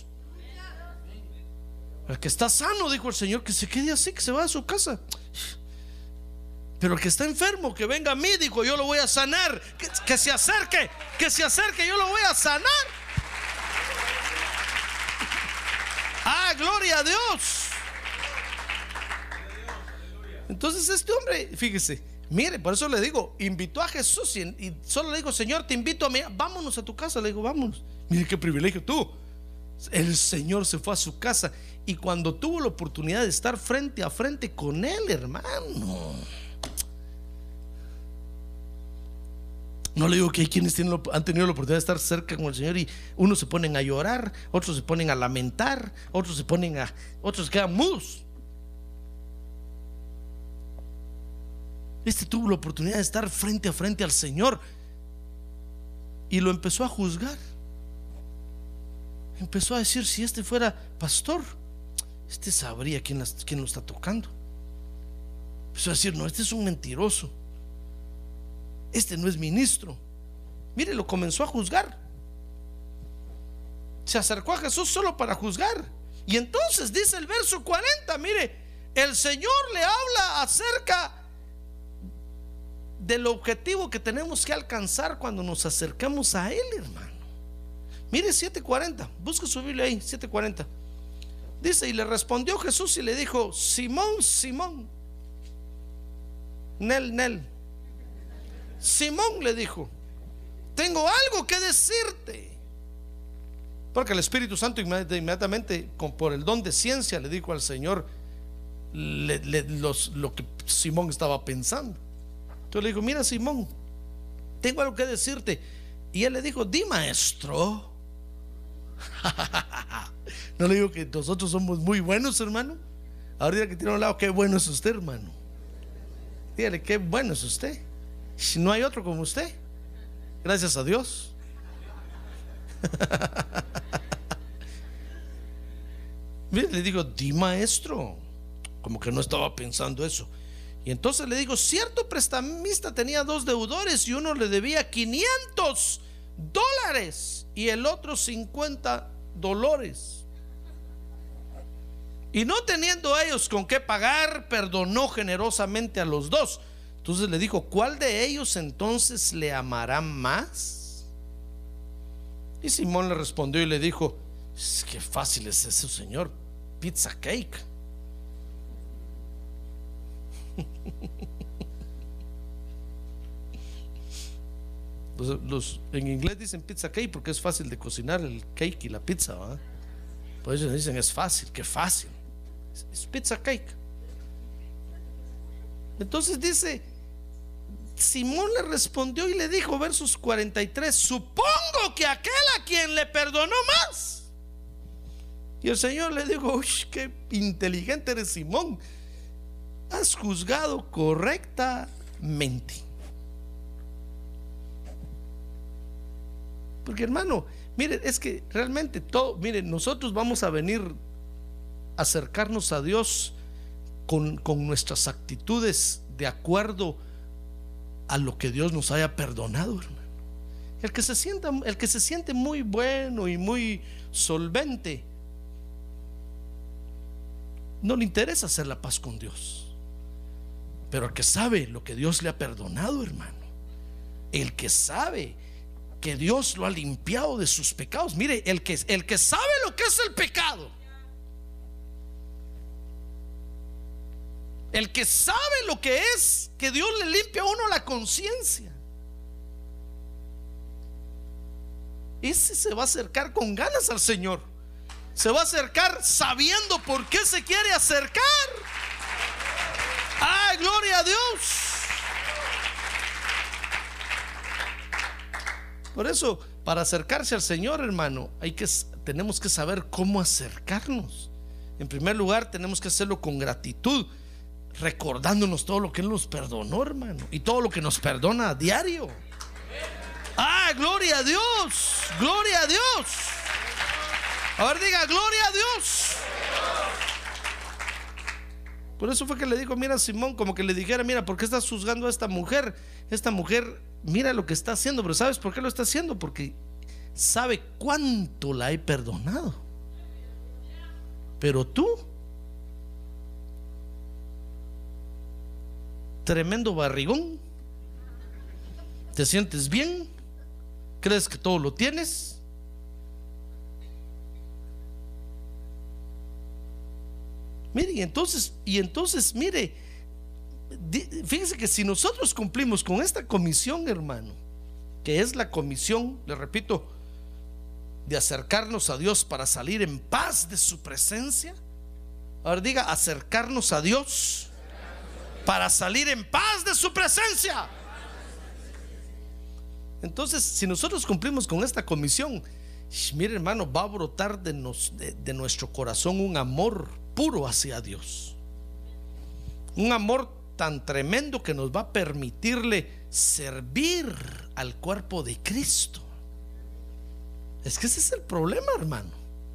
El que está sano, dijo el Señor, que se quede así, que se vaya a su casa. Pero el que está enfermo, que venga a mí, dijo, yo lo voy a sanar. Que se acerque, yo lo voy a sanar. Ah, gloria a Dios. Entonces este hombre, fíjese, mire, por eso le digo, invitó a Jesús y solo le digo: Señor, te invito a mí, vámonos a tu casa. Le digo: vámonos. Mire qué privilegio tú. El Señor se fue a su casa, y cuando tuvo la oportunidad de estar frente a frente con él, hermano, No le digo que hay quienes han tenido la oportunidad de estar cerca con el Señor y unos se ponen a llorar, otros se ponen a lamentar, otros se quedan mudos. Este tuvo la oportunidad de estar frente a frente al Señor y lo empezó a juzgar. Empezó a decir: si este fuera pastor, este sabría quién lo está tocando. Empezó a decir: no, este es un mentiroso, este no es ministro. Mire, lo comenzó a juzgar. Se acercó a Jesús solo para juzgar. Y entonces dice el verso 40, mire, el Señor le habla acerca del objetivo que tenemos que alcanzar cuando nos acercamos a Él, hermano. Mire 7:40, busca su Biblia ahí, 7:40. Dice: y le respondió Jesús y le dijo: Simón, Simón, Nel. Simón le dijo: tengo algo que decirte. Porque el Espíritu Santo inmediatamente, por el don de ciencia, le dijo al Señor lo que Simón estaba pensando. Entonces le dijo: mira, Simón, tengo algo que decirte. Y él le dijo: di, maestro. No le digo que nosotros somos muy buenos, hermano. Ahorita que tiene a un lado: qué bueno es usted, hermano. Dígale: qué bueno es usted. Si no hay otro como usted, gracias a Dios. Mire, le digo: di, maestro. Como que no estaba pensando eso. Y entonces le digo: cierto prestamista tenía 2 deudores, y uno le debía $500 y el otro $50. Y no teniendo ellos con qué pagar, perdonó generosamente a los 2. Entonces le dijo: ¿cuál de ellos entonces le amará más? Y Simón le respondió y le dijo: qué fácil es eso, Señor. Pizza cake. En inglés dicen pizza cake porque es fácil de cocinar el cake y la pizza, ¿verdad? Por eso dicen: es fácil, qué fácil. Es pizza cake. Entonces dice: Simón le respondió y le dijo, versos 43: supongo que aquel a quien le perdonó más. Y el Señor le dijo: uy, qué inteligente eres, Simón. Has juzgado correctamente. Porque, hermano, mire, es que realmente todo, mire, nosotros vamos a venir a acercarnos a Dios con nuestras actitudes de acuerdo a lo que Dios nos haya perdonado, hermano. El que se siente muy bueno y muy solvente, no le interesa hacer la paz con Dios. Pero el que sabe lo que Dios le ha perdonado, hermano, el que sabe que Dios lo ha limpiado de sus pecados, mire, el que sabe lo que es el pecado, el que sabe lo que es que Dios le limpia a uno la conciencia, ese se va a acercar con ganas al Señor. Se va a acercar sabiendo por qué se quiere acercar. ¡Ay, gloria a Dios! Por eso, para acercarse al Señor, hermano, tenemos que saber cómo acercarnos. En primer lugar, tenemos que hacerlo con gratitud, recordándonos todo lo que Él nos perdonó, hermano, y todo lo que nos perdona a diario. ¡Ah, gloria a Dios! ¡Gloria a Dios! A ver, diga: gloria a Dios. Por eso fue que le dijo: mira, Simón, como que le dijera: mira, ¿por qué estás juzgando a esta mujer? Esta mujer, mira lo que está haciendo. Pero ¿sabes por qué lo está haciendo? Porque sabe cuánto la he perdonado. Pero tú, tremendo barrigón, ¿te sientes bien? ¿Crees que todo lo tienes? Mire, y entonces, mire, fíjese que si nosotros cumplimos con esta comisión, hermano, que es la comisión, le repito, de acercarnos a Dios para salir en paz de su presencia. Ahora diga: acercarnos a Dios para salir en paz de su presencia. Entonces, si nosotros cumplimos con esta comisión, mire, hermano, va a brotar de nuestro corazón un amor puro hacia Dios, un amor tan tremendo que nos va a permitirle servir al cuerpo de Cristo. Es que ese es el problema, hermano,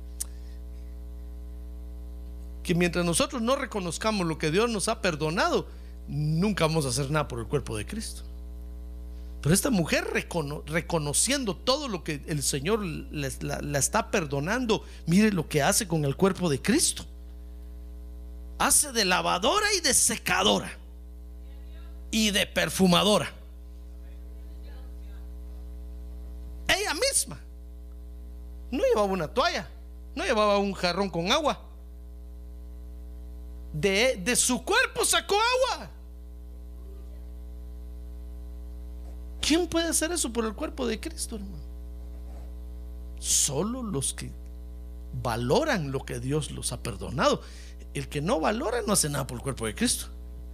que mientras nosotros no reconozcamos lo que Dios nos ha perdonado, nunca vamos a hacer nada por el cuerpo de Cristo. Pero esta mujer, reconociendo todo lo que el Señor la está perdonando, mire lo que hace con el cuerpo de Cristo. Hace de lavadora y de secadora y de perfumadora. Ella misma no llevaba una toalla, no llevaba un jarrón con agua. De su cuerpo sacó agua. ¿Quién puede hacer eso por el cuerpo de Cristo, hermano? Solo los que valoran lo que Dios los ha perdonado. El que no valora no hace nada por el cuerpo de Cristo.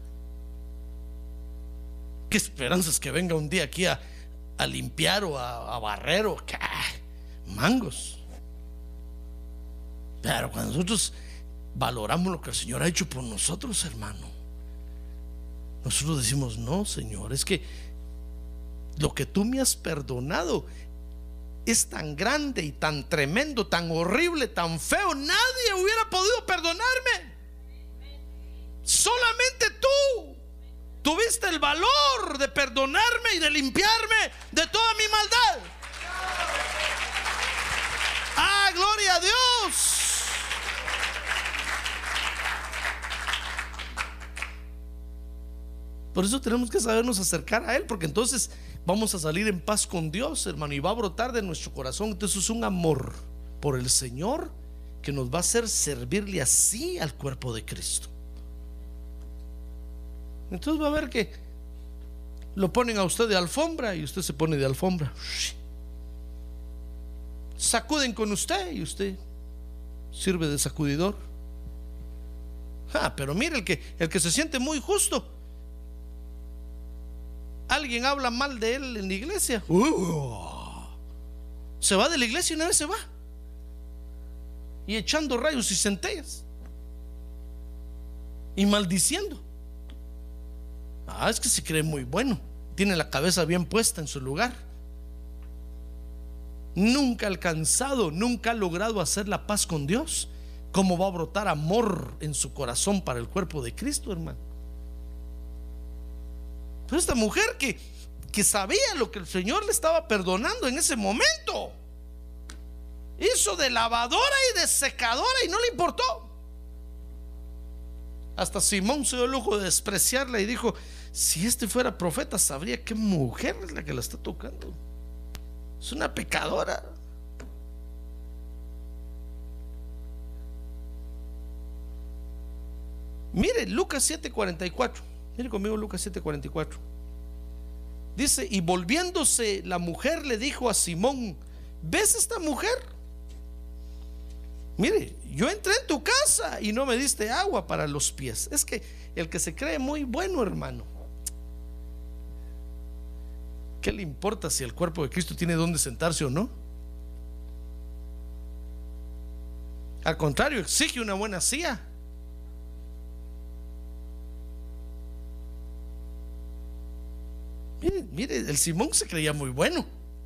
¿Qué esperanzas que venga un día aquí a limpiar o a barrer o mangos? Pero cuando nosotros valoramos lo que el Señor ha hecho por nosotros, hermano, nosotros decimos: no, Señor, es que lo que tú me has perdonado es tan grande y tan tremendo, tan horrible, tan feo. Nadie hubiera podido perdonarme. Solamente tú tuviste el valor de perdonarme y de limpiarme de toda mi maldad. ¡Ah, gloria a Dios! Por eso tenemos que sabernos acercar a Él, porque entonces vamos a salir en paz con Dios, hermano, y va a brotar de nuestro corazón. Entonces es un amor por el Señor que nos va a hacer servirle así al cuerpo de Cristo. Entonces va a ver que lo ponen a usted de alfombra y usted se pone de alfombra. Sacuden con usted y usted sirve de sacudidor. Pero mire, el que se siente muy justo, alguien habla mal de él en la iglesia, se va de la iglesia y una vez se va, y echando rayos y centellas y maldiciendo. Es que se cree muy bueno, tiene la cabeza bien puesta en su lugar. Nunca ha alcanzado, nunca ha logrado hacer la paz con Dios. ¿Cómo va a brotar amor en su corazón para el cuerpo de Cristo, hermano? Pero esta mujer que sabía lo que el Señor le estaba perdonando en ese momento, hizo de lavadora y de secadora y no le importó. Hasta Simón se dio el lujo de despreciarla y dijo: si este fuera profeta, sabría qué mujer es la que la está tocando. Es una pecadora. Mire Lucas 7:44. Mire conmigo Lucas 7:44. Dice: y volviéndose la mujer le dijo a Simón: ¿ves esta mujer? Mire, yo entré en tu casa y no me diste agua para los pies. Es que el que se cree muy bueno, hermano, ¿qué le importa si el cuerpo de Cristo tiene dónde sentarse o no? Al contrario, exige una buena silla. Mire, el Simón se creía muy bueno.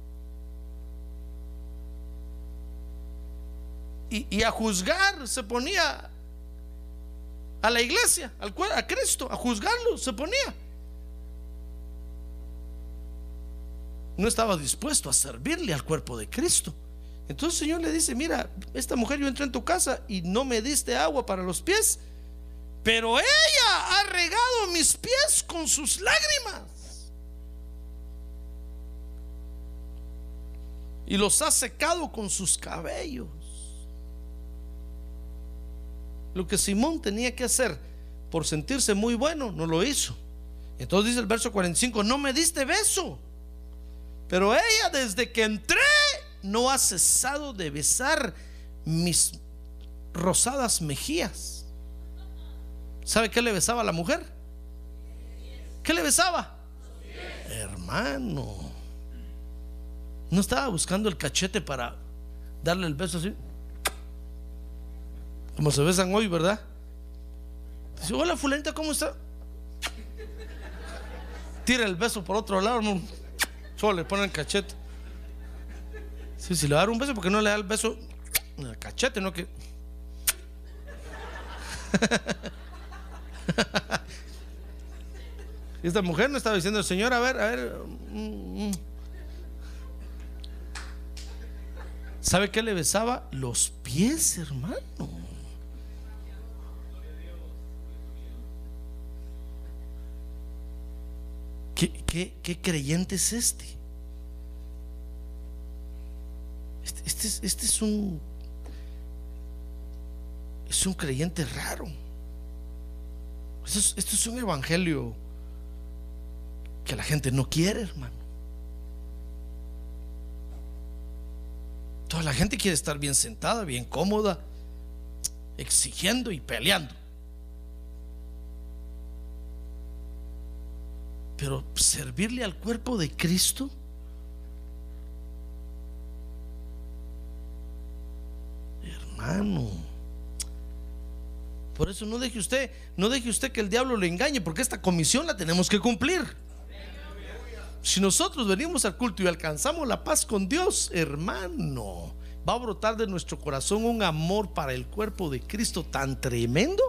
Y a juzgar se ponía a la iglesia, a Cristo, a juzgarlo se ponía. No estaba dispuesto a servirle al cuerpo de Cristo. Entonces el Señor le dice: mira, esta mujer, yo entré en tu casa y no me diste agua para los pies, pero ella ha regado mis pies con sus lágrimas y los ha secado con sus cabellos. Lo que Simón tenía que hacer por sentirse muy bueno, no lo hizo. Entonces dice el verso 45: no me diste beso, pero ella desde que entré no ha cesado de besar mis rosadas mejillas. ¿Sabe qué le besaba a la mujer? ¿Qué le besaba? Hermano, No estaba buscando el cachete para darle el beso así, como se besan hoy, ¿verdad? Dice, hola fulanita, ¿cómo está? Tira el beso por otro lado, hermano. Solo le pone el cachete. Sí, si le va a dar un beso, ¿por qué no le da el beso en el cachete? No que... Esta mujer no estaba diciendo, Señor, a ver. ¿Sabe qué le besaba? Los pies, hermano. ¿Qué creyente es este? Este es un creyente raro. Esto es un evangelio que la gente no quiere, hermano. Toda la gente quiere estar bien sentada, bien cómoda, exigiendo y peleando. Pero servirle al cuerpo de Cristo, hermano. Por eso no deje usted que el diablo lo engañe, porque esta comisión la tenemos que cumplir. Si nosotros venimos al culto y alcanzamos la paz con Dios, hermano, va a brotar de nuestro corazón un amor para el cuerpo de Cristo tan tremendo.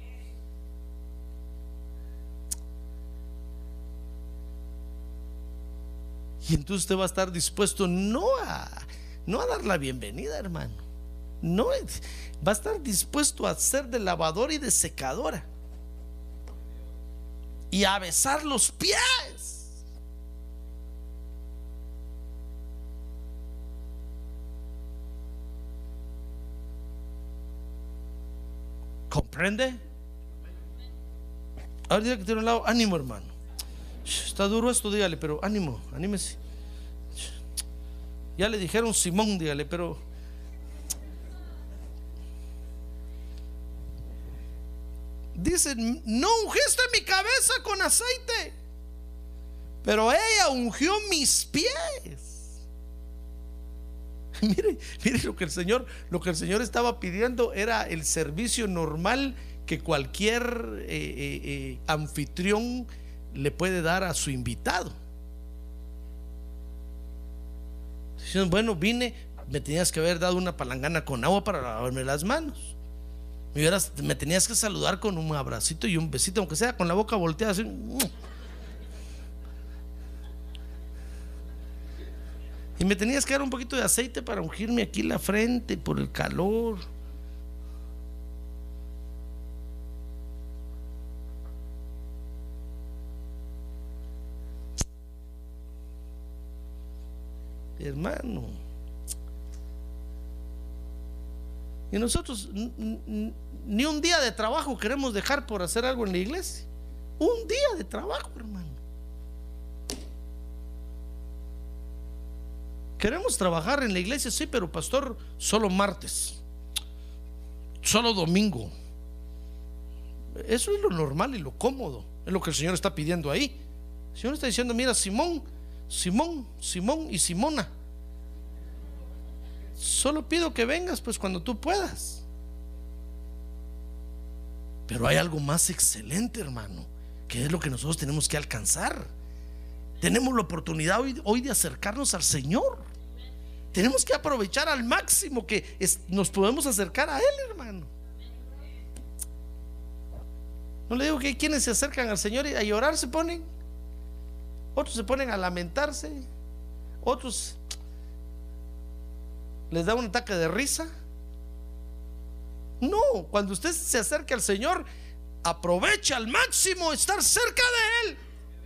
Y entonces usted va a estar dispuesto no a dar la bienvenida, hermano. No, va a estar dispuesto a ser de lavadora y de secadora y a besar los pies. ¿Comprende? Ahora diga que tiene un lado, ánimo, hermano. Está duro esto, dígale, pero ánimo, anímese. Ya le dijeron Simón, dígale, pero dicen, no ungiste mi cabeza con aceite, pero ella ungió mis pies. Mire lo que el Señor estaba pidiendo era el servicio normal que cualquier anfitrión le puede dar a su invitado. Dicen, bueno, vine, me tenías que haber dado una palangana con agua para lavarme las manos. Me tenías que saludar con un abracito y un besito, aunque sea con la boca volteada así. Y me tenías que dar un poquito de aceite para ungirme aquí la frente por el calor. Hermano, y nosotros ni un día de trabajo queremos dejar por hacer algo en la iglesia. Un día de trabajo, hermano. Queremos trabajar en la iglesia, sí, pero pastor, solo martes, solo domingo. Eso es lo normal y lo cómodo. Es lo que el Señor está pidiendo ahí. El Señor está diciendo, mira, Simón y Simona, solo pido que vengas pues cuando tú puedas. Pero hay algo más excelente, hermano, que es lo que nosotros tenemos que alcanzar. Tenemos la oportunidad hoy de acercarnos al Señor. Tenemos que aprovechar al máximo que nos podemos acercar a Él, hermano. No le digo que hay quienes se acercan al Señor y a llorar se ponen, otros se ponen a lamentarse, otros les da un ataque de risa. No, cuando usted se acerque al Señor, aproveche al máximo estar cerca de Él.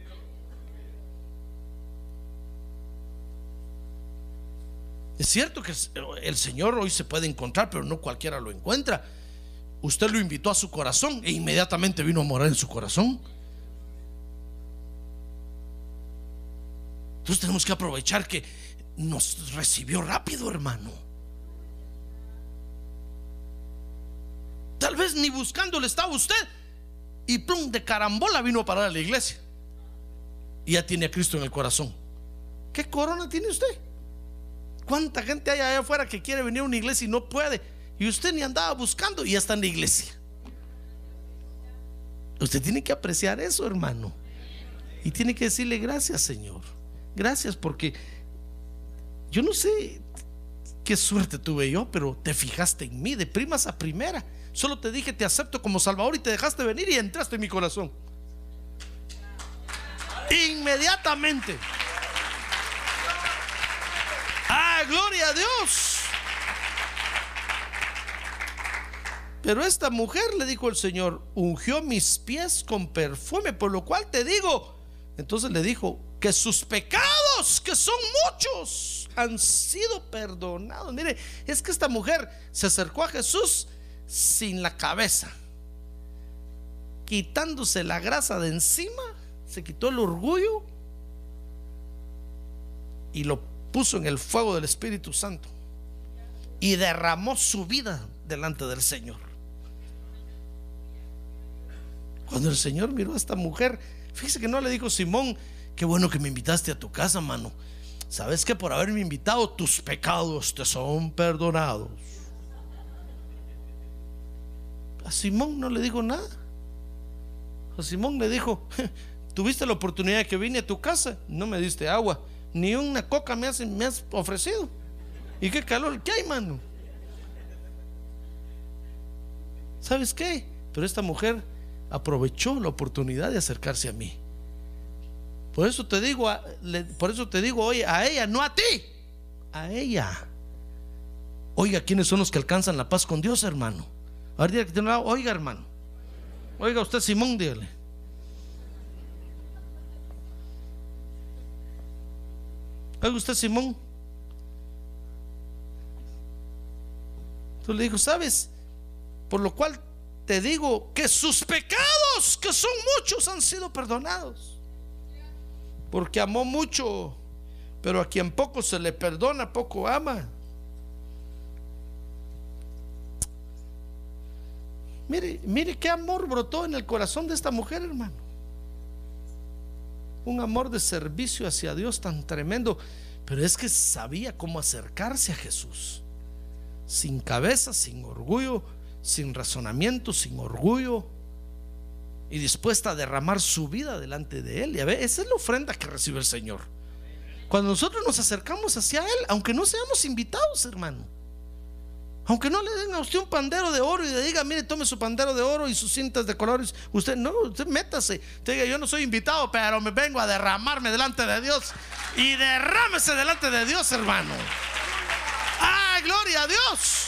Es cierto que el Señor hoy se puede encontrar, pero no cualquiera lo encuentra. Usted lo invitó a su corazón e inmediatamente vino a morar en su corazón. Entonces tenemos que aprovechar que nos recibió rápido, hermano. Tal vez ni buscándole estaba usted y plum, de carambola vino a parar a la iglesia y ya tiene a Cristo en el corazón. ¿Qué corona tiene usted? ¿Cuánta gente hay allá afuera que quiere venir a una iglesia y no puede? Y usted ni andaba buscando y ya está en la iglesia. Usted tiene que apreciar eso, hermano. Y tiene que decirle gracias, Señor. Gracias, porque yo no sé qué suerte tuve yo, pero te fijaste en mí de primas a primera. Solo te dije te acepto como Salvador y te dejaste venir y entraste en mi corazón inmediatamente. ¡Ah, gloria a Dios! Pero esta mujer, le dijo el Señor, ungió mis pies con perfume, por lo cual te digo. Entonces le dijo que sus pecados, que son muchos, han sido perdonados. Mire, es que esta mujer se acercó a Jesús sin la cabeza, quitándose la grasa de encima, se quitó el orgullo y lo puso en el fuego del Espíritu Santo y derramó su vida delante del Señor. Cuando el Señor miró a esta mujer, fíjese que no le dijo: Simón, qué bueno que me invitaste a tu casa, mano. Sabes que por haberme invitado, tus pecados te son perdonados. A Simón no le dijo nada. A Simón le dijo: tuviste la oportunidad de que vine a tu casa, no me diste agua, ni una coca me has ofrecido. Y qué calor que hay, mano. ¿Sabes qué? Pero esta mujer aprovechó la oportunidad de acercarse a mí. Por eso te digo hoy a ella, no a ti, a ella. Oiga, ¿quiénes son los que alcanzan la paz con Dios, hermano? A ver, dígale que tiene un lado: oiga, hermano. Oiga usted, Simón, dígale. Oiga usted, Simón. Entonces le dijo: ¿sabes? Por lo cual te digo que sus pecados, que son muchos, han sido perdonados. Porque amó mucho, pero a quien poco se le perdona, poco ama. Mire qué amor brotó en el corazón de esta mujer, hermano. Un amor de servicio hacia Dios tan tremendo. Pero es que sabía cómo acercarse a Jesús, sin cabeza, sin orgullo, sin razonamiento, sin orgullo, y dispuesta a derramar su vida delante de Él. Y a ver, esa es la ofrenda que recibe el Señor cuando nosotros nos acercamos hacia Él, aunque no seamos invitados, hermano. Aunque no le den a usted un pandero de oro y le diga: mire, tome su pandero de oro y sus cintas de colores. Usted no, usted métase. Usted diga: yo no soy invitado, pero me vengo a derramarme delante de Dios. Y derrámese delante de Dios, hermano. ¡Ah, gloria a Dios!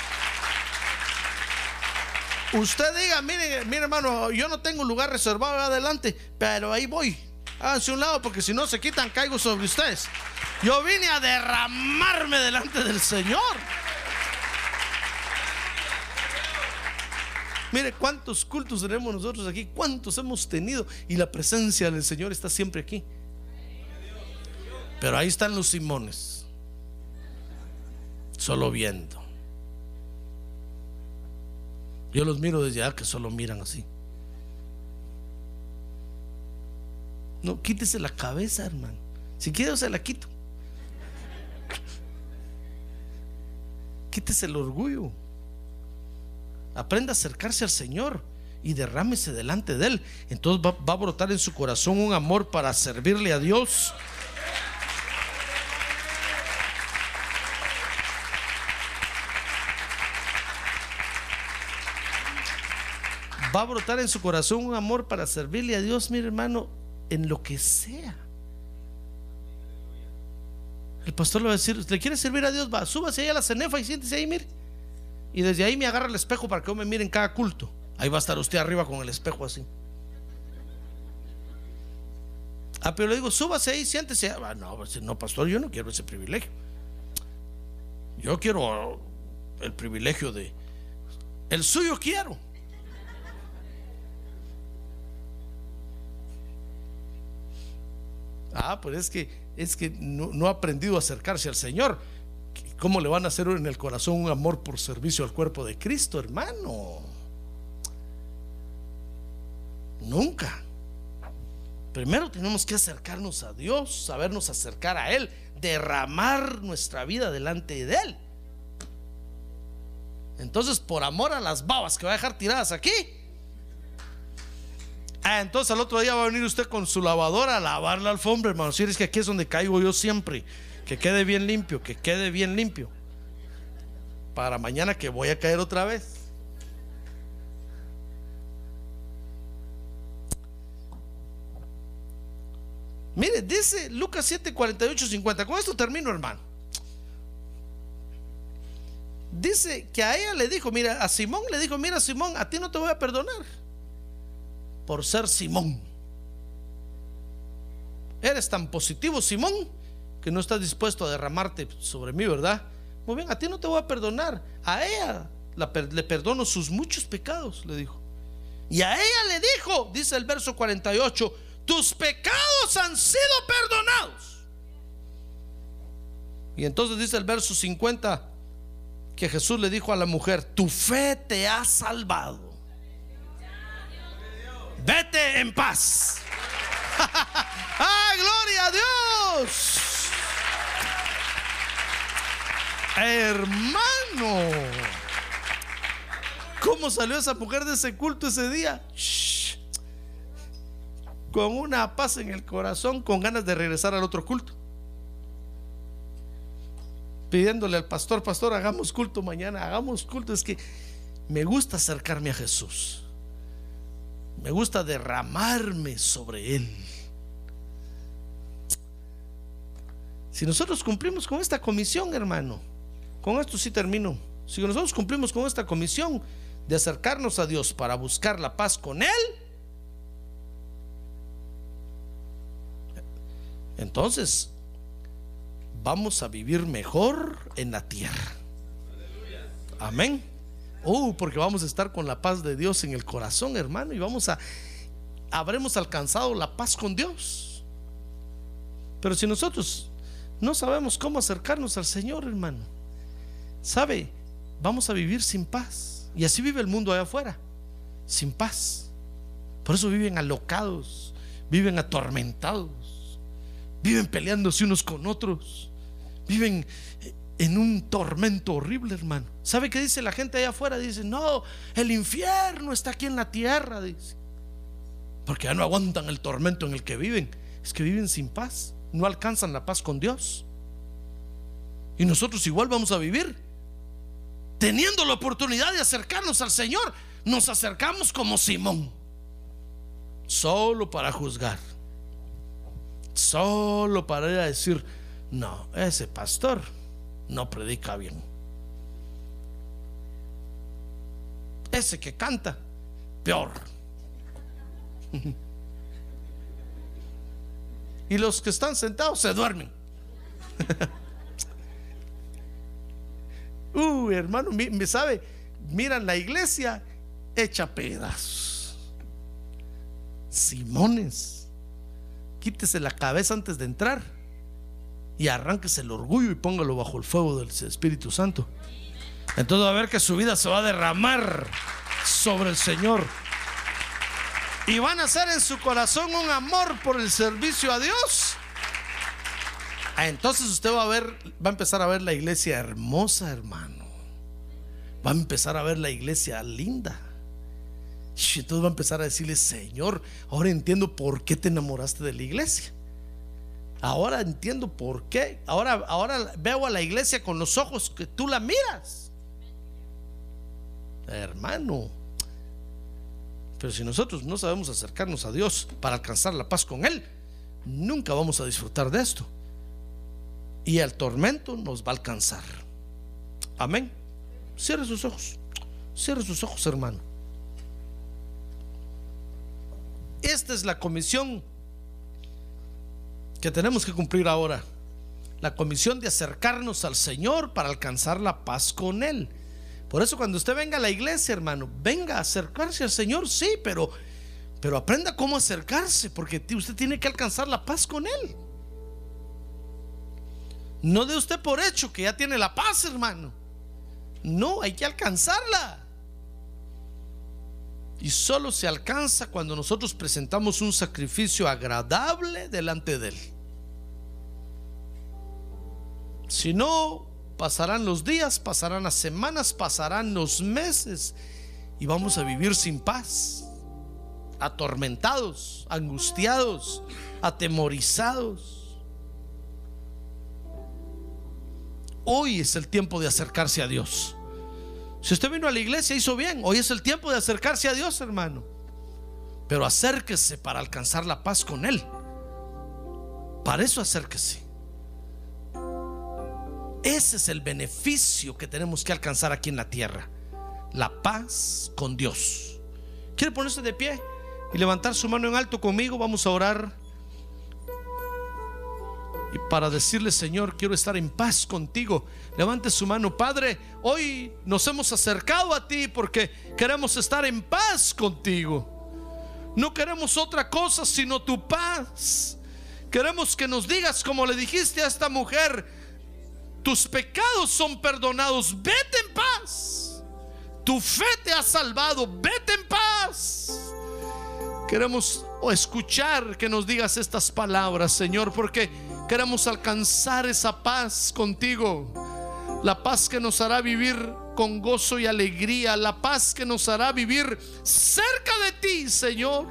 Usted diga: mire, hermano, yo no tengo lugar reservado adelante, pero ahí voy. Háganse un lado, porque si no se quitan, caigo sobre ustedes. Yo vine a derramarme delante del Señor. Mire cuántos cultos tenemos nosotros aquí, cuántos hemos tenido, y la presencia del Señor está siempre aquí. Pero ahí están los Simones, solo viendo. Yo los miro desde allá, que solo miran así. No, quítese la cabeza, hermano. Si quiere, se la quito. Quítese el orgullo. Aprenda a acercarse al Señor y derrámese delante de Él. Entonces va a brotar en su corazón un amor para servirle a Dios. Va a brotar en su corazón un amor para servirle a Dios, mi hermano, en lo que sea. El pastor le va a decir: ¿le quiere servir a Dios? Va, súbase ahí a la cenefa y siéntese ahí, mire. Y desde ahí me agarra el espejo para que yo me mire en cada culto. Ahí va a estar usted arriba con el espejo así. Ah, pero le digo: súbase ahí, siéntese. Ah, no, pastor, yo no quiero ese privilegio. Yo quiero el privilegio de el suyo quiero. Ah, pues es que no ha aprendido a acercarse al Señor. ¿Cómo le van a hacer en el corazón un amor por servicio al cuerpo de Cristo, hermano? Nunca. Primero tenemos que acercarnos a Dios, sabernos acercar a Él, derramar nuestra vida delante de Él. Entonces, por amor a las babas que va a dejar tiradas aquí, entonces al otro día va a venir usted con su lavadora a lavar la alfombra, hermano. Si es que aquí es donde caigo yo siempre. Que quede bien limpio, que quede bien limpio, para mañana que voy a caer otra vez. Mire, dice Lucas 7, 48, 50. Con esto termino, hermano. Dice que a ella le dijo, mira, a Simón le dijo, mira, Simón, a ti no te voy a perdonar por ser Simón. Eres tan positivo, Simón, que no estás dispuesto a derramarte sobre mí, ¿verdad? Muy bien, a ti no te voy a perdonar. A ella le perdono sus muchos pecados, le dijo. Y a ella le dijo, dice el verso 48, tus pecados han sido perdonados. Y entonces dice el verso 50 que Jesús le dijo a la mujer, tu fe te ha salvado, vete en paz. ¡Ah, gloria a Dios! Hermano, ¿cómo salió esa mujer de ese culto ese día? Shh. Con una paz en el corazón, con ganas de regresar al otro culto, pidiéndole al pastor, pastor, hagamos culto mañana, hagamos culto. Es que me gusta acercarme a Jesús, me gusta derramarme sobre Él. Si nosotros cumplimos con esta comisión, hermano, con esto sí termino. Si nosotros cumplimos con esta comisión de acercarnos a Dios para buscar la paz con Él, entonces vamos a vivir mejor en la tierra. Amén. Porque vamos a estar con la paz de Dios en el corazón, hermano, y habremos alcanzado la paz con Dios. Pero si nosotros no sabemos cómo acercarnos al Señor, hermano, ¿sabe? Vamos a vivir sin paz. Y así vive el mundo allá afuera, sin paz. Por eso viven alocados, viven atormentados, viven peleándose unos con otros, viven en un tormento horrible, hermano. ¿Sabe qué dice la gente allá afuera? Dice, no, el infierno está aquí en la tierra, dice, porque ya no aguantan el tormento en el que viven. Es que viven sin paz, no alcanzan la paz con Dios. Y nosotros igual vamos a vivir teniendo la oportunidad de acercarnos al Señor. Nos acercamos como Simón, solo para juzgar, solo para ir a decir, no, ese pastor no predica bien, ese que canta, peor. Y los que están sentados se duermen. Hermano, me sabe, miran la iglesia hecha pedazos. Simones, quítese la cabeza antes de entrar y arránquese el orgullo y póngalo bajo el fuego del Espíritu Santo. Entonces va a ver que su vida se va a derramar sobre el Señor y van a hacer en su corazón un amor por el servicio a Dios. Entonces usted va a empezar a ver la iglesia hermosa, hermano. Va a empezar a ver la iglesia linda. Entonces va a empezar a decirle, Señor, ahora entiendo por qué te enamoraste de la iglesia. Ahora entiendo por qué. Ahora veo a la iglesia con los ojos que tú la miras, hermano. Pero si nosotros no sabemos acercarnos a Dios para alcanzar la paz con Él, nunca vamos a disfrutar de esto, y el tormento nos va a alcanzar. Amén. Cierre sus ojos, hermano. Esta es la comisión que tenemos que cumplir ahora, la comisión de acercarnos al Señor para alcanzar la paz con Él. Por eso cuando usted venga a la iglesia, hermano, venga a acercarse al Señor, sí, pero aprenda cómo acercarse, porque usted tiene que alcanzar la paz con Él. No dé usted por hecho que ya tiene la paz, hermano. No, hay que alcanzarla. Y solo se alcanza cuando nosotros presentamos un sacrificio agradable delante de Él. Si no, pasarán los días, pasarán las semanas, pasarán los meses y vamos a vivir sin paz, atormentados, angustiados, atemorizados. Hoy es el tiempo de acercarse a Dios. Si usted vino a la iglesia, hizo bien. Hoy es el tiempo de acercarse a Dios, hermano. Pero acérquese para alcanzar la paz con Él. Para eso acérquese. Ese es el beneficio que tenemos que alcanzar aquí en la tierra: la paz con Dios. ¿Quiere ponerse de pie y levantar su mano en alto conmigo? Vamos a orar y para decirle: Señor, quiero estar en paz contigo. Levante su mano. Padre, hoy nos hemos acercado a ti porque queremos estar en paz contigo. No queremos otra cosa sino tu paz. Queremos que nos digas, como le dijiste a esta mujer: tus pecados son perdonados, vete en paz. Tu fe te ha salvado, vete en paz. Queremos escuchar que nos digas estas palabras, Señor, porque queremos alcanzar esa paz contigo. La paz que nos hará vivir con gozo y alegría. La paz que nos hará vivir cerca de ti, Señor.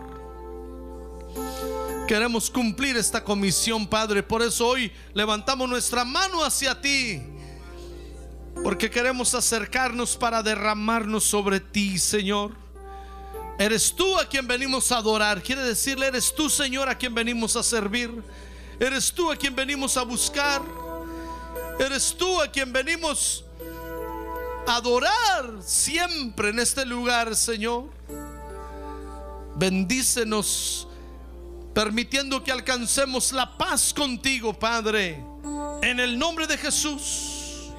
Queremos cumplir esta comisión, Padre. Por eso hoy levantamos nuestra mano hacia ti, porque queremos acercarnos para derramarnos sobre ti, Señor. Eres tú a quien venimos a adorar. Quiere decirle: eres tú, Señor, a quien venimos a servir. Eres tú a quien venimos a buscar. Eres tú a quien venimos a adorar siempre en este lugar, Señor. Bendícenos, permitiendo que alcancemos la paz contigo, Padre, en el nombre de Jesús.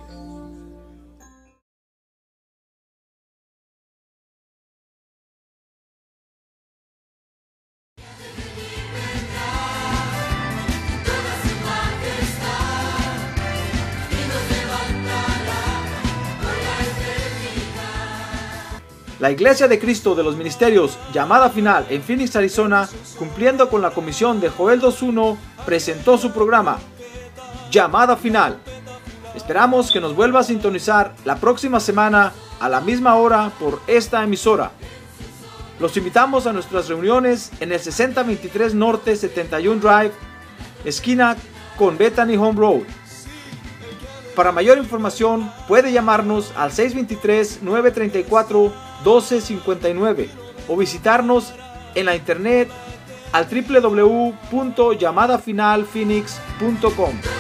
La Iglesia de Cristo de los Ministerios Llamada Final en Phoenix, Arizona, cumpliendo con la comisión de Joel 2:1, presentó su programa Llamada Final. Esperamos que nos vuelva a sintonizar la próxima semana a la misma hora por esta emisora. Los invitamos a nuestras reuniones en el 6023 Norte 71 Drive, esquina con Bethany Home Road. Para mayor información puede llamarnos al 623-934-1259 o visitarnos en la internet al www.llamadafinalphoenix.com.